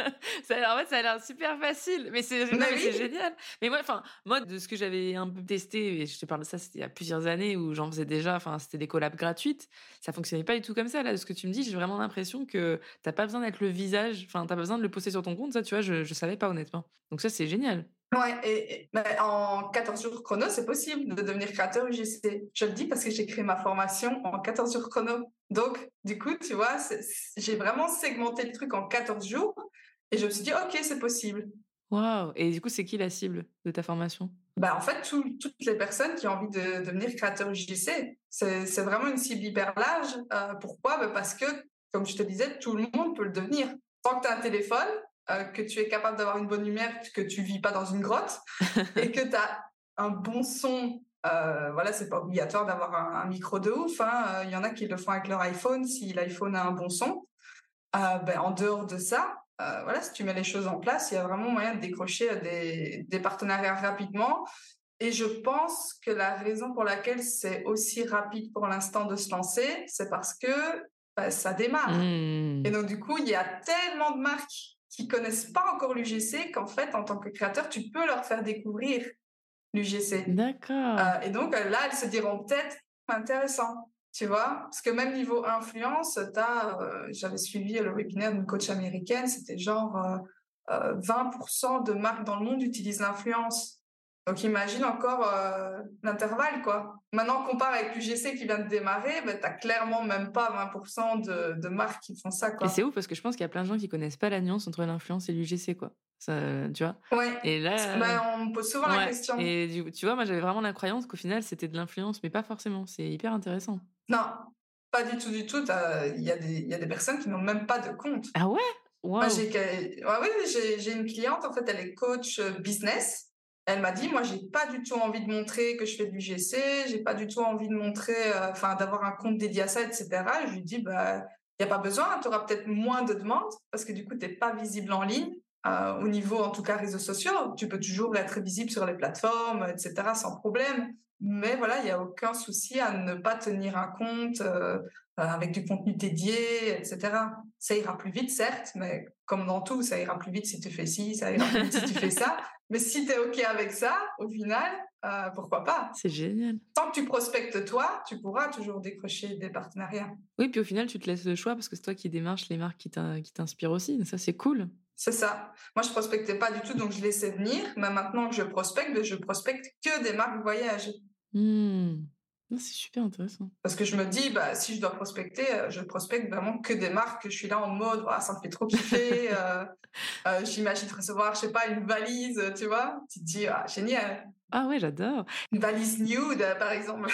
Speaker 1: Ça, en fait, ça a l'air super facile, mais c'est, non,
Speaker 2: Mais
Speaker 1: mais c'est
Speaker 2: oui.
Speaker 1: génial. Mais moi, enfin, moi, de ce que j'avais un peu testé, et je te parle de ça, c'était il y a plusieurs années où j'en faisais déjà, enfin, c'était des collabs gratuites. Ça fonctionnait pas du tout comme ça. Là, de ce que tu me dis, j'ai vraiment l'impression que t'as pas besoin d'être le visage, enfin, t'as pas besoin de le poster sur ton compte. Ça, tu vois, je, je savais pas honnêtement. Donc ça, c'est génial.
Speaker 2: Ouais, et, et- ben, en quatorze jours chrono, c'est possible de devenir créateur U G C. Je le dis parce que j'ai créé ma formation en quatorze jours chrono. Donc, du coup, tu vois, c'est- c'est- j'ai vraiment segmenté le truc en quatorze jours et je me suis dit, OK, c'est possible.
Speaker 1: Waouh. Et du coup, c'est qui la cible de ta formation?
Speaker 2: Bah, en fait, tout- toutes les personnes qui ont envie de devenir créateur U G C, c'est c'est vraiment une cible hyper large. Euh, pourquoi? Bah, parce que, comme je te disais, tout le monde peut le devenir. Tant que tu as un téléphone, euh, que tu es capable d'avoir une bonne lumière, que tu vis pas dans une grotte et que tu as un bon son. Euh, voilà, c'est pas obligatoire d'avoir un, un micro de ouf. Hein. Il y en a qui le font avec leur iPhone si l'iPhone a un bon son. Euh, ben, en dehors de ça, euh, voilà, si tu mets les choses en place, il y a vraiment moyen de décrocher des, des partenariats rapidement. Et je pense que la raison pour laquelle c'est aussi rapide pour l'instant de se lancer, c'est parce que ben, ça démarre. Et
Speaker 1: Hmm.
Speaker 2: donc, du coup, il y a tellement de marques qui connaissent pas encore l'U G C qu'en fait, en tant que créateur, tu peux leur faire découvrir l'U G C.
Speaker 1: D'accord.
Speaker 2: Euh, et donc, euh, là, elles se diront peut-être intéressant, tu vois. Parce que même niveau influence, t'as, euh, j'avais suivi le webinaire d'une coach américaine, c'était genre euh, euh, vingt pour cent de marques dans le monde utilisent l'influence. Donc, imagine encore euh, l'intervalle, quoi. Maintenant, compare avec l'U G C qui vient de démarrer, ben, t'as clairement même pas vingt pour cent de, de marques qui font ça,
Speaker 1: Et c'est
Speaker 2: quoi.
Speaker 1: ouf parce que je pense qu'il y a plein de gens qui connaissent pas la nuance entre l'influence et l'U G C, quoi. Ça, tu vois.
Speaker 2: Ouais,
Speaker 1: Et là,
Speaker 2: ben, on me pose souvent la
Speaker 1: ouais.
Speaker 2: question.
Speaker 1: Et du- tu vois, moi, j'avais vraiment la croyance qu'au final, c'était de l'influence, mais pas forcément. C'est hyper intéressant.
Speaker 2: Non, pas du tout, du tout. t'as- Il y a des, il y a des personnes qui n'ont même pas de compte.
Speaker 1: Ah ouais?
Speaker 2: Moi,
Speaker 1: Waouh.
Speaker 2: j'ai, que- ouais, oui, oui, j'ai, j'ai une cliente, en fait, elle est coach euh, business. Elle m'a dit, moi, j'ai pas du tout envie de montrer que je fais du G C, j'ai pas du tout envie de montrer, euh, enfin, d'avoir un compte dédié à ça, et cetera. Et je lui dis, bah, il n'y a pas besoin, tu auras peut-être moins de demandes parce que du coup, tu n'es pas visible en ligne. Euh, au niveau, en tout cas, réseaux sociaux, tu peux toujours être visible sur les plateformes, et cetera, sans problème. Mais voilà, il n'y a aucun souci à ne pas tenir un compte euh, euh, avec du contenu dédié, et cetera. Ça ira plus vite, certes, mais comme dans tout, ça ira plus vite si tu fais ci, ça ira plus vite si tu fais ça. Mais si tu es OK avec ça, au final, euh, pourquoi pas?
Speaker 1: C'est génial.
Speaker 2: Tant que tu prospectes toi, tu pourras toujours décrocher des partenariats.
Speaker 1: Oui, puis au final, tu te laisses le choix parce que c'est toi qui démarches les marques qui t'in- qui t'inspirent aussi. Ça, c'est cool.
Speaker 2: C'est ça. Moi, je prospectais pas du tout, donc je laissais venir. Mais maintenant que je prospecte, ben, je prospecte que des marques voyage.
Speaker 1: Hmm. Ah, c'est super intéressant.
Speaker 2: Parce que je me dis, bah, si je dois prospecter, euh, je prospecte vraiment que des marques que je suis là en mode, voilà, ça me fait trop kiffer. euh, euh, j'imagine recevoir, je sais pas, une valise, tu vois. Tu te dis, ah, génial.
Speaker 1: Ah ouais, j'adore.
Speaker 2: Une valise nude, euh, par exemple.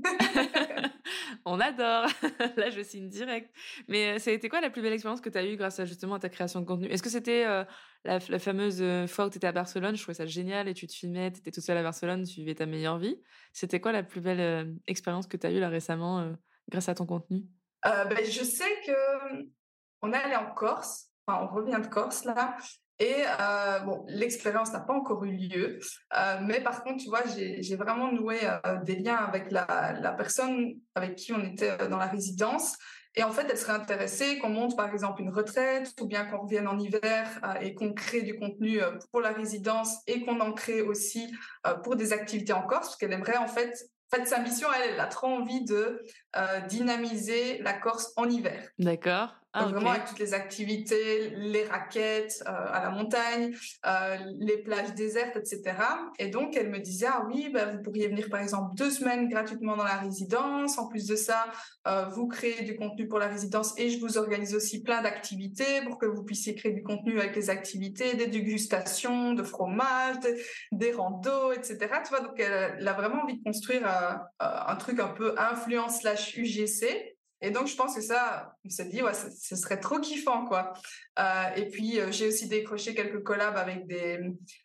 Speaker 1: On adore. Là, je signe direct. Mais euh, ça a été quoi la plus belle expérience que tu as eue grâce à justement à ta création de contenu? Est-ce que c'était euh, la, la fameuse euh, fois où tu étais à Barcelone? Je trouvais ça génial et tu te filmais, tu étais toute seule à Barcelone, tu vivais ta meilleure vie. C'était quoi la plus belle euh, expérience que tu as eue là récemment euh, grâce à ton contenu?
Speaker 2: Euh, ben, je sais que on est allé en Corse, enfin, on revient de Corse là, et euh, bon, l'expérience n'a pas encore eu lieu, euh, mais par contre, tu vois, j'ai j'ai vraiment noué euh, des liens avec la, la personne avec qui on était euh, dans la résidence. Et en fait, elle serait intéressée qu'on monte par exemple une retraite ou bien qu'on revienne en hiver euh, et qu'on crée du contenu euh, pour la résidence et qu'on en crée aussi euh, pour des activités en Corse, parce qu'elle aimerait en fait, en fait sa mission, elle, elle a trop envie de euh, dynamiser la Corse en hiver.
Speaker 1: D'accord. Ah,
Speaker 2: Donc
Speaker 1: ok.
Speaker 2: vraiment avec toutes les activités, les raquettes euh, à la montagne, euh, les plages désertes, et cetera. Et donc elle me disait, ah oui, bah, vous pourriez venir par exemple deux semaines gratuitement dans la résidence. En plus de ça, euh, vous créez du contenu pour la résidence et je vous organise aussi plein d'activités pour que vous puissiez créer du contenu avec les activités, des dégustations de fromage, des, des randos, et cetera. Tu vois, donc elle, elle a vraiment envie de construire euh, un truc un peu influence slash U G C. Et donc, je pense que ça, on s'est dit, ouais, ce, ce serait trop kiffant, quoi. Euh, et puis, euh, j'ai aussi décroché quelques collabs avec des,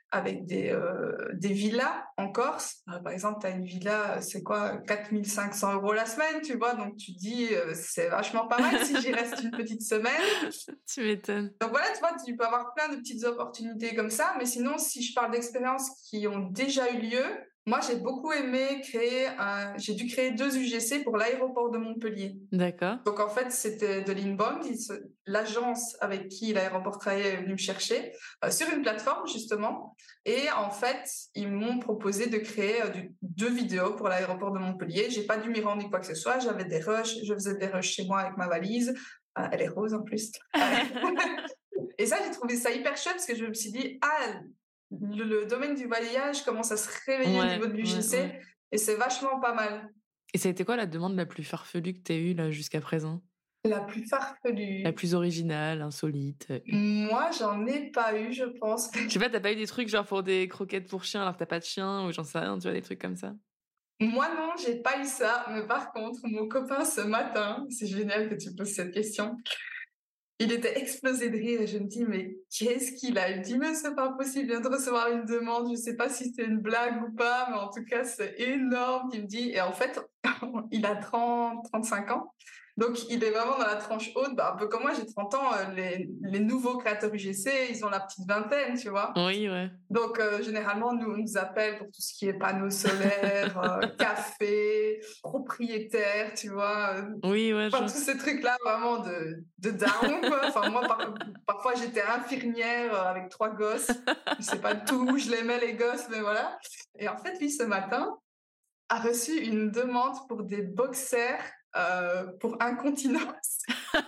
Speaker 2: avec des, euh, des villas en Corse. Euh, par exemple, tu as une villa, c'est quoi, quatre mille cinq cents euros la semaine, tu vois. Donc, tu dis, euh, c'est vachement pas mal si j'y reste une petite semaine.
Speaker 1: Tu m'étonnes.
Speaker 2: Donc voilà, tu vois, tu peux avoir plein de petites opportunités comme ça. Mais sinon, si je parle d'expériences qui ont déjà eu lieu, moi, j'ai beaucoup aimé créer un... J'ai dû créer deux U G C pour l'aéroport de Montpellier.
Speaker 1: D'accord.
Speaker 2: Donc, en fait, c'était de l'inbound. L'agence avec qui l'aéroport travaillait est venue me chercher euh, sur une plateforme, justement. Et en fait, ils m'ont proposé de créer euh, du, deux vidéos pour l'aéroport de Montpellier. J'ai pas dû m'y rendre ni quoi que ce soit. J'avais des rushs. Je faisais des rushs chez moi avec ma valise. Euh, elle est rose, en plus. Et ça, j'ai trouvé ça hyper chouette parce que je me suis dit, ah, le, le domaine du voyage commence à se réveiller ouais, au niveau de l'U G C. Ouais, ouais. Et c'est vachement pas mal.
Speaker 1: Et ça a été quoi la demande la plus farfelue que tu as eue là, jusqu'à présent?
Speaker 2: La plus farfelue.
Speaker 1: La plus originale, insolite.
Speaker 2: Moi, j'en ai pas eu, je pense.
Speaker 1: Je sais pas, t'as pas eu des trucs genre pour des croquettes pour chiens alors que t'as pas de chien ou j'en sais rien, tu vois, des trucs comme ça?
Speaker 2: Moi, non, j'ai pas eu ça. Mais par contre, mon copain, ce matin, c'est génial que tu poses cette question. Il était explosé de rire et je me dis, mais qu'est-ce qu'il a? Il me dit, mais c'est pas possible, il vient de recevoir une demande, je sais pas si c'est une blague ou pas, mais en tout cas, c'est énorme, il me dit. Et en fait, il a trente, trente-cinq ans. Donc, il est vraiment dans la tranche haute. Bah, un peu comme moi, j'ai trente ans. Euh, les, les nouveaux créateurs U G C, ils ont la petite vingtaine, tu vois.
Speaker 1: Oui, ouais.
Speaker 2: Donc, euh, généralement, nous, on nous appelle pour tout ce qui est panneaux solaires, euh, café, propriétaire, tu vois.
Speaker 1: Oui, ouais.
Speaker 2: Enfin,
Speaker 1: je...
Speaker 2: tous ces trucs-là, vraiment de, de daron, quoi. Enfin, moi, par, parfois, j'étais infirmière avec trois gosses. Je sais pas tout où je les mets, les gosses, mais voilà. Et en fait, lui, ce matin, a reçu une demande pour des boxers euh, pour incontinence.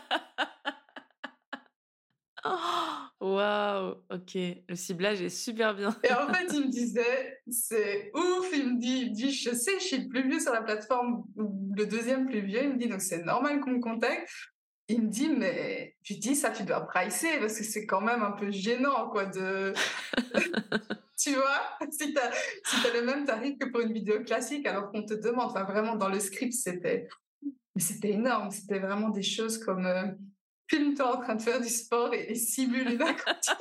Speaker 1: Waouh, ok, le ciblage est super bien.
Speaker 2: Et en fait, il me disait, c'est ouf, il me dit, il me dit, je sais, je suis le plus vieux sur la plateforme, le deuxième plus vieux, il me dit, donc c'est normal qu'on me contacte. Il me dit, mais je dis, ça, tu dois pricer, parce que c'est quand même un peu gênant, quoi, de... Tu vois, si t'as, si t'as le même tarif que pour une vidéo classique, alors qu'on te demande, enfin, vraiment, dans le script, c'était, mais c'était énorme, c'était vraiment des choses comme... Euh, filme-toi en train de faire du sport et, et simule une incontinence.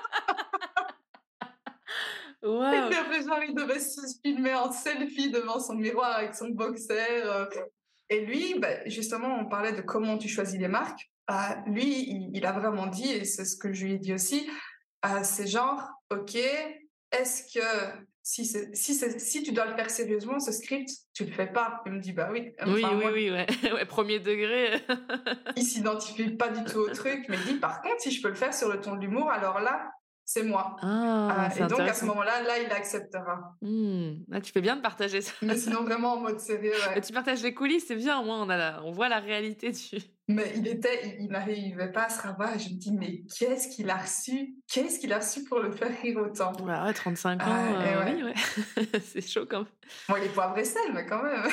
Speaker 2: Wow. Et puis après, genre, il devait se filmer en selfie devant son miroir avec son boxer. Euh. Et lui, bah, justement, on parlait de comment tu choisis les marques. Euh, lui, il, il a vraiment dit, et c'est ce que je lui ai dit aussi, euh, c'est genre, OK, est-ce que si, c'est, si, c'est, si tu dois le faire sérieusement, ce script, tu le fais pas? Il me dit, bah oui.
Speaker 1: Enfin, oui, oui, moi, oui, ouais. ouais. Premier degré.
Speaker 2: Il s'identifie pas du tout au truc, mais il dit, par contre, si je peux le faire sur le ton de l'humour, alors là, c'est moi.
Speaker 1: Ah,
Speaker 2: euh,
Speaker 1: c'est
Speaker 2: et donc, à ce moment-là, là, il acceptera.
Speaker 1: Mmh. Ah, tu fais bien de partager ça.
Speaker 2: Mais sinon, vraiment en mode sérieux, ouais.
Speaker 1: Et tu partages les coulisses, c'est bien, au moins, on, a la... on voit la réalité du...
Speaker 2: Mais il était, il n'arrivait pas à se ravoir. Et je me dis, mais qu'est-ce qu'il a reçu? Qu'est-ce qu'il a reçu pour le faire rire autant?
Speaker 1: Ouais, ouais, trente-cinq ans, euh, euh, ouais. oui, ouais. C'est chaud quand même.
Speaker 2: Bon, il est poivre et sel, mais quand même.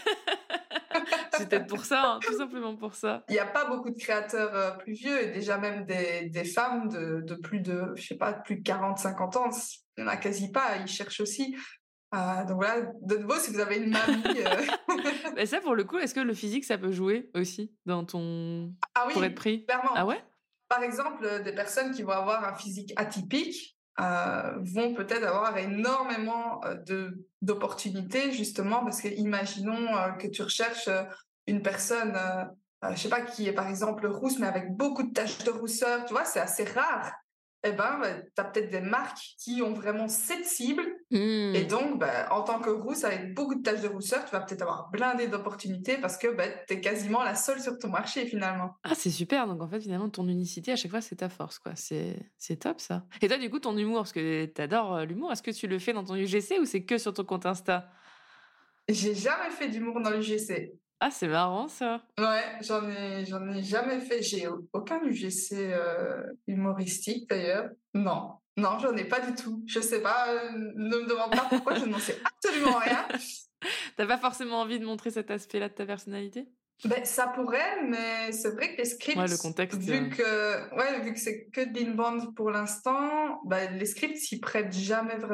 Speaker 1: C'est peut-être pour ça, hein, tout simplement pour ça.
Speaker 2: Il n'y a pas beaucoup de créateurs euh, plus vieux et déjà même des, des femmes de, de plus de, je sais pas, plus de quarante, cinquante ans. Il n'y en a quasi pas, ils cherchent aussi. Euh, donc voilà, de nouveau, si vous avez une mamie... Euh...
Speaker 1: Mais ça, pour le coup, est-ce que le physique, ça peut jouer aussi dans ton...
Speaker 2: Ah oui,
Speaker 1: pour être pris?
Speaker 2: Clairement.
Speaker 1: Ah ouais?
Speaker 2: Par exemple, des personnes qui vont avoir un physique atypique euh, vont peut-être avoir énormément euh, de, d'opportunités, justement, parce que imaginons euh, que tu recherches euh, une personne, euh, euh, je sais pas, qui est par exemple rousse, mais avec beaucoup de taches de rousseur, tu vois, c'est assez rare. Eh ben, bah, tu as peut-être des marques qui ont vraiment cette cible. Mmh. Et donc, bah, en tant que rousse, avec beaucoup de taches de rousseur, tu vas peut-être avoir blindé d'opportunités parce que bah, tu es quasiment la seule sur ton marché, finalement.
Speaker 1: Ah, c'est super. Donc, en fait, finalement, ton unicité, à chaque fois, c'est ta force, quoi. C'est, c'est top, ça. Et toi, du coup, ton humour, parce que tu adores l'humour, est-ce que tu le fais dans ton U G C ou c'est que sur ton compte Insta?
Speaker 2: J'ai jamais fait d'humour dans l'U G C.
Speaker 1: Ah, c'est marrant, ça.
Speaker 2: Ouais, j'en ai, j'en ai jamais fait. J'ai aucun U G C euh, humoristique, d'ailleurs. Non, non, j'en ai pas du tout. Je sais pas, euh, ne me demande pas pourquoi, je n'en sais absolument rien.
Speaker 1: T'as pas forcément envie de montrer cet aspect-là de ta personnalité?
Speaker 2: Ben, ça pourrait, mais c'est vrai que les scripts,
Speaker 1: ouais, le contexte,
Speaker 2: vu, euh... que, ouais, vu que c'est que d'inbound pour l'instant, ben, les scripts s'y prêtent jamais vraiment.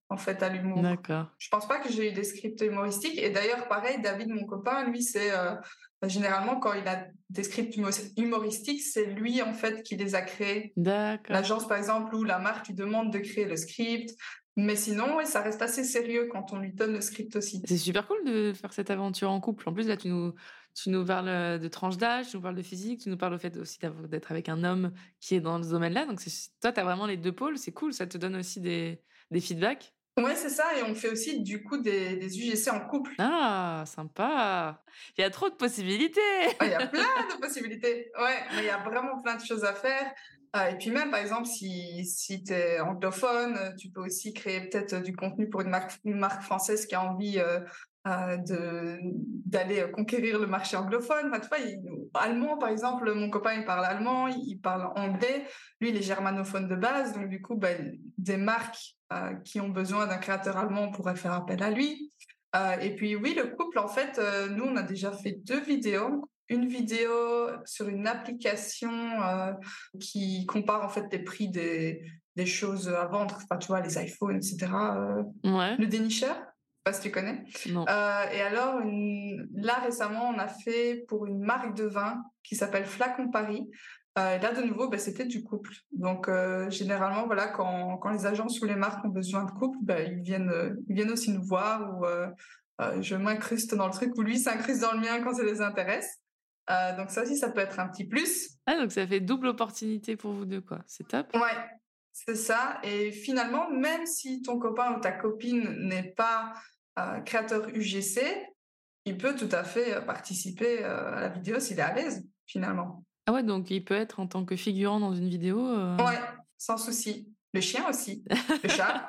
Speaker 2: en fait, à l'humour.
Speaker 1: D'accord.
Speaker 2: Je pense pas que j'ai eu des scripts humoristiques. Et d'ailleurs, pareil, David, mon copain, lui, c'est euh, généralement quand il a des scripts humo- humoristiques, c'est lui en fait qui les a créés.
Speaker 1: D'accord.
Speaker 2: L'agence, par exemple, ou la marque lui demande de créer le script. Mais sinon, oui, ça reste assez sérieux quand on lui donne le script aussi.
Speaker 1: C'est super cool de faire cette aventure en couple. En plus, là, tu nous, tu nous parles euh, de tranche d'âge, tu nous parles de physique, tu nous parles au fait aussi d'avoir- d'être avec un homme qui est dans ce domaine-là. Donc, c'est, toi, tu as vraiment les deux pôles. C'est cool. Ça te donne aussi des, des feedbacks.
Speaker 2: Ouais, c'est ça. Et on fait aussi, du coup, des, des U G C en couple.
Speaker 1: Ah, sympa. Il y a trop de possibilités.
Speaker 2: Ah, il y a plein de possibilités. Ouais, mais il y a vraiment plein de choses à faire. Euh, et puis même, par exemple, si, si tu es anglophone, euh, tu peux aussi créer peut-être euh, du contenu pour une marque, une marque française qui a envie euh, euh, de, d'aller euh, conquérir le marché anglophone. Enfin, tu vois, il- allemand, par exemple, mon copain, il parle allemand, il parle anglais. Lui, il est germanophone de base. Donc, du coup, ben, des marques euh, qui ont besoin d'un créateur allemand pourraient faire appel à lui. Euh, et puis oui, le couple, en fait, euh, nous, on a déjà fait deux vidéos. Une vidéo sur une application euh, qui compare en fait les prix des, des choses à vendre, enfin, tu vois, les iPhones, et cetera. Euh,
Speaker 1: Ouais.
Speaker 2: le dénicheur, je sais pas si tu connais.
Speaker 1: Non.
Speaker 2: Euh, et alors, une... là, récemment, on a fait pour une marque de vin qui s'appelle Flacon Paris. Euh, et là, de nouveau, bah, c'était du couple. Donc, euh, généralement, voilà, quand, quand les agences ou les marques ont besoin de couple, bah, ils, viennent, euh, ils viennent aussi nous voir ou euh, euh, je m'incruste dans le truc ou lui s'incruste dans le mien quand ça les intéresse. Euh, donc, ça aussi, ça peut être un petit plus.
Speaker 1: Ah, donc ça fait double opportunité pour vous deux, quoi. C'est top.
Speaker 2: Ouais, c'est ça. Et finalement, même si ton copain ou ta copine n'est pas euh, créateur U G C, il peut tout à fait euh, participer euh, à la vidéo s'il est à l'aise, finalement.
Speaker 1: Ah ouais, donc il peut être en tant que figurant dans une vidéo. euh,
Speaker 2: Ouais, sans souci. Le chien aussi. Le chat.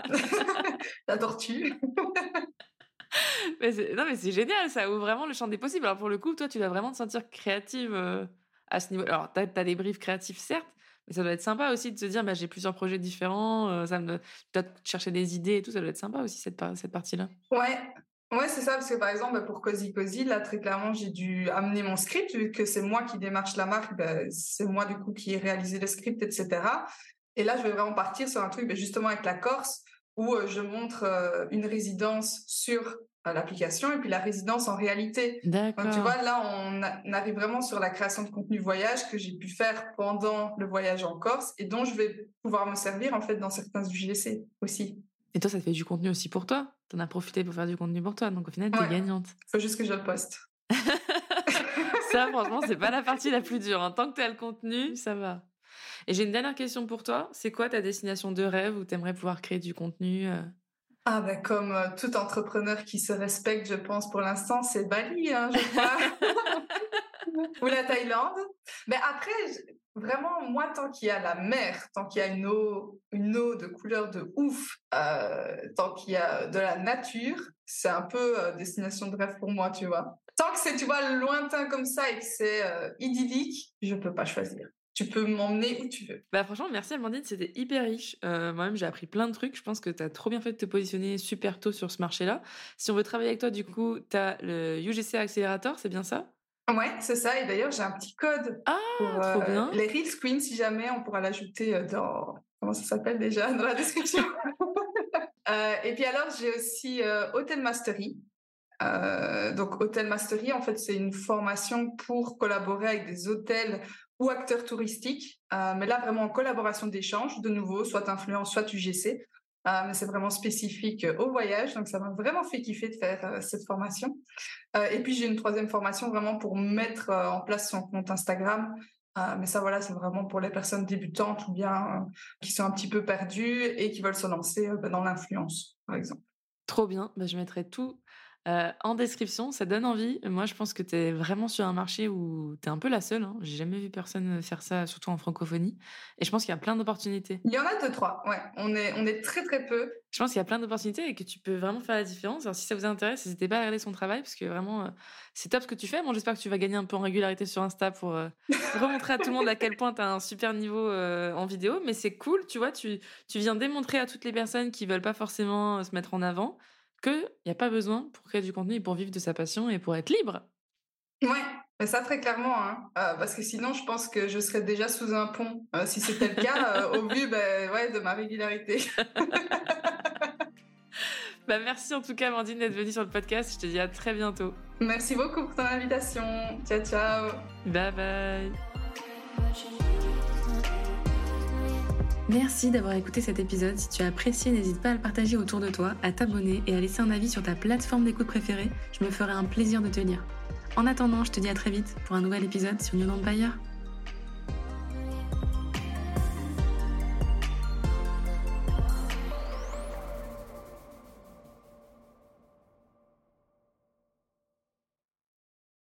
Speaker 2: La tortue.
Speaker 1: Mais c'est- Non, mais c'est génial, ça ouvre vraiment le champ des possibles. Alors pour le coup, toi, tu dois vraiment te sentir créative euh, à ce niveau. Alors, t'as, t'as des briefs créatifs, certes, mais ça doit être sympa aussi de se dire, bah, j'ai plusieurs projets différents, euh, ça me... tu dois chercher des idées et tout, ça doit être sympa aussi, cette, par- cette partie-là.
Speaker 2: Ouais. Ouais, c'est ça, parce que par exemple, pour Cozy Cozy, là, très clairement, j'ai dû amener mon script, vu que c'est moi qui démarche la marque, ben, c'est moi, du coup, qui ai réalisé le script, et cetera. Et là, je vais vraiment partir sur un truc, ben, justement, avec la Corse, où euh, je montre euh, une résidence sur euh, l'application et puis la résidence en réalité. Donc, tu
Speaker 1: D'accord.
Speaker 2: vois, là, on, a- on arrive vraiment sur la création de contenu voyage que j'ai pu faire pendant le voyage en Corse et dont je vais pouvoir me servir, en fait, dans certains U G C aussi.
Speaker 1: Et toi, ça te fait du contenu aussi pour toi. T'en as profité pour faire du contenu pour toi, donc au final, t'es
Speaker 2: Ouais,
Speaker 1: gagnante.
Speaker 2: faut juste que je le poste.
Speaker 1: Ça, franchement, c'est pas la partie la plus dure, hein. Tant que t'as le contenu, ça va. Et j'ai une dernière question pour toi. C'est quoi ta destination de rêve où t'aimerais pouvoir créer du contenu euh
Speaker 2: Ah ben comme euh, tout entrepreneur qui se respecte, je pense pour l'instant, c'est Bali, hein, je crois, ou la Thaïlande. Mais après, je- vraiment, moi, tant qu'il y a la mer, tant qu'il y a une eau, une eau de couleur de ouf, euh, tant qu'il y a de la nature, c'est un peu euh, destination de rêve pour moi, tu vois. Tant que c'est, tu vois, lointain comme ça et que c'est euh, idyllique, je peux pas choisir. Tu peux m'emmener où tu veux.
Speaker 1: Bah franchement, merci Amandine, c'était hyper riche. Euh, moi-même, j'ai appris plein de trucs. Je pense que tu as trop bien fait de te positionner super tôt sur ce marché-là. Si on veut travailler avec toi, du coup, tu as le U G C Accelerator, c'est bien ça?
Speaker 2: Ouais, c'est ça. Et d'ailleurs, j'ai un petit code pour
Speaker 1: Ah, trop
Speaker 2: euh,
Speaker 1: bien.
Speaker 2: les Reel Screen, si jamais, on pourra l'ajouter euh, dans... Comment ça s'appelle déjà? Dans la description. Euh, et puis alors, j'ai aussi euh, Hotel Mastery. Euh, donc, Hotel Mastery, en fait, c'est une formation pour collaborer avec des hôtels ou acteurs touristiques. Euh, mais là, vraiment en collaboration d'échange, de nouveau, soit influence, soit U G C. Euh, mais c'est vraiment spécifique euh, au voyage. Donc, ça m'a vraiment fait kiffer de faire euh, cette formation. Euh, et puis, j'ai une troisième formation vraiment pour mettre euh, en place son compte Instagram. Euh, mais ça, voilà, c'est vraiment pour les personnes débutantes ou bien euh, qui sont un petit peu perdues et qui veulent se lancer euh, dans l'influence, par exemple.
Speaker 1: Trop bien. Bah, je mettrai tout euh, en description. Ça donne envie. Moi, je pense que tu es vraiment sur un marché où tu es un peu la seule, hein. J'ai jamais vu personne faire ça, surtout en francophonie. Et je pense qu'il y a plein d'opportunités.
Speaker 2: Il y en a deux, trois. Ouais, on est, on est très, très peu.
Speaker 1: Je pense qu'il y a plein d'opportunités et que tu peux vraiment faire la différence. Alors, si ça vous intéresse, n'hésitez pas à regarder son travail parce que vraiment, euh, c'est top ce que tu fais. Moi, j'espère que tu vas gagner un peu en régularité sur Insta pour euh, remontrer à tout le monde à quel point tu as un super niveau euh, en vidéo. Mais c'est cool, tu vois, tu, tu viens démontrer à toutes les personnes qui veulent pas forcément euh, se mettre en avant qu'il n'y a pas besoin pour créer du contenu et pour vivre de sa passion et pour être libre.
Speaker 2: Ouais, mais ça, très clairement. Hein. Euh, parce que sinon, je pense que je serais déjà sous un pont, euh, si c'était le cas, euh, au vu ben, ouais, de ma régularité.
Speaker 1: Bah, merci en tout cas, Amandine, d'être venue sur le podcast. Je te dis à très bientôt.
Speaker 2: Merci beaucoup pour ton invitation. Ciao, ciao.
Speaker 1: Bye bye. Merci d'avoir écouté cet épisode. Si tu as apprécié, n'hésite pas à le partager autour de toi, à t'abonner et à laisser un avis sur ta plateforme d'écoute préférée. Je me ferai un plaisir de te lire. En attendant, je te dis à très vite pour un nouvel épisode sur New Empire.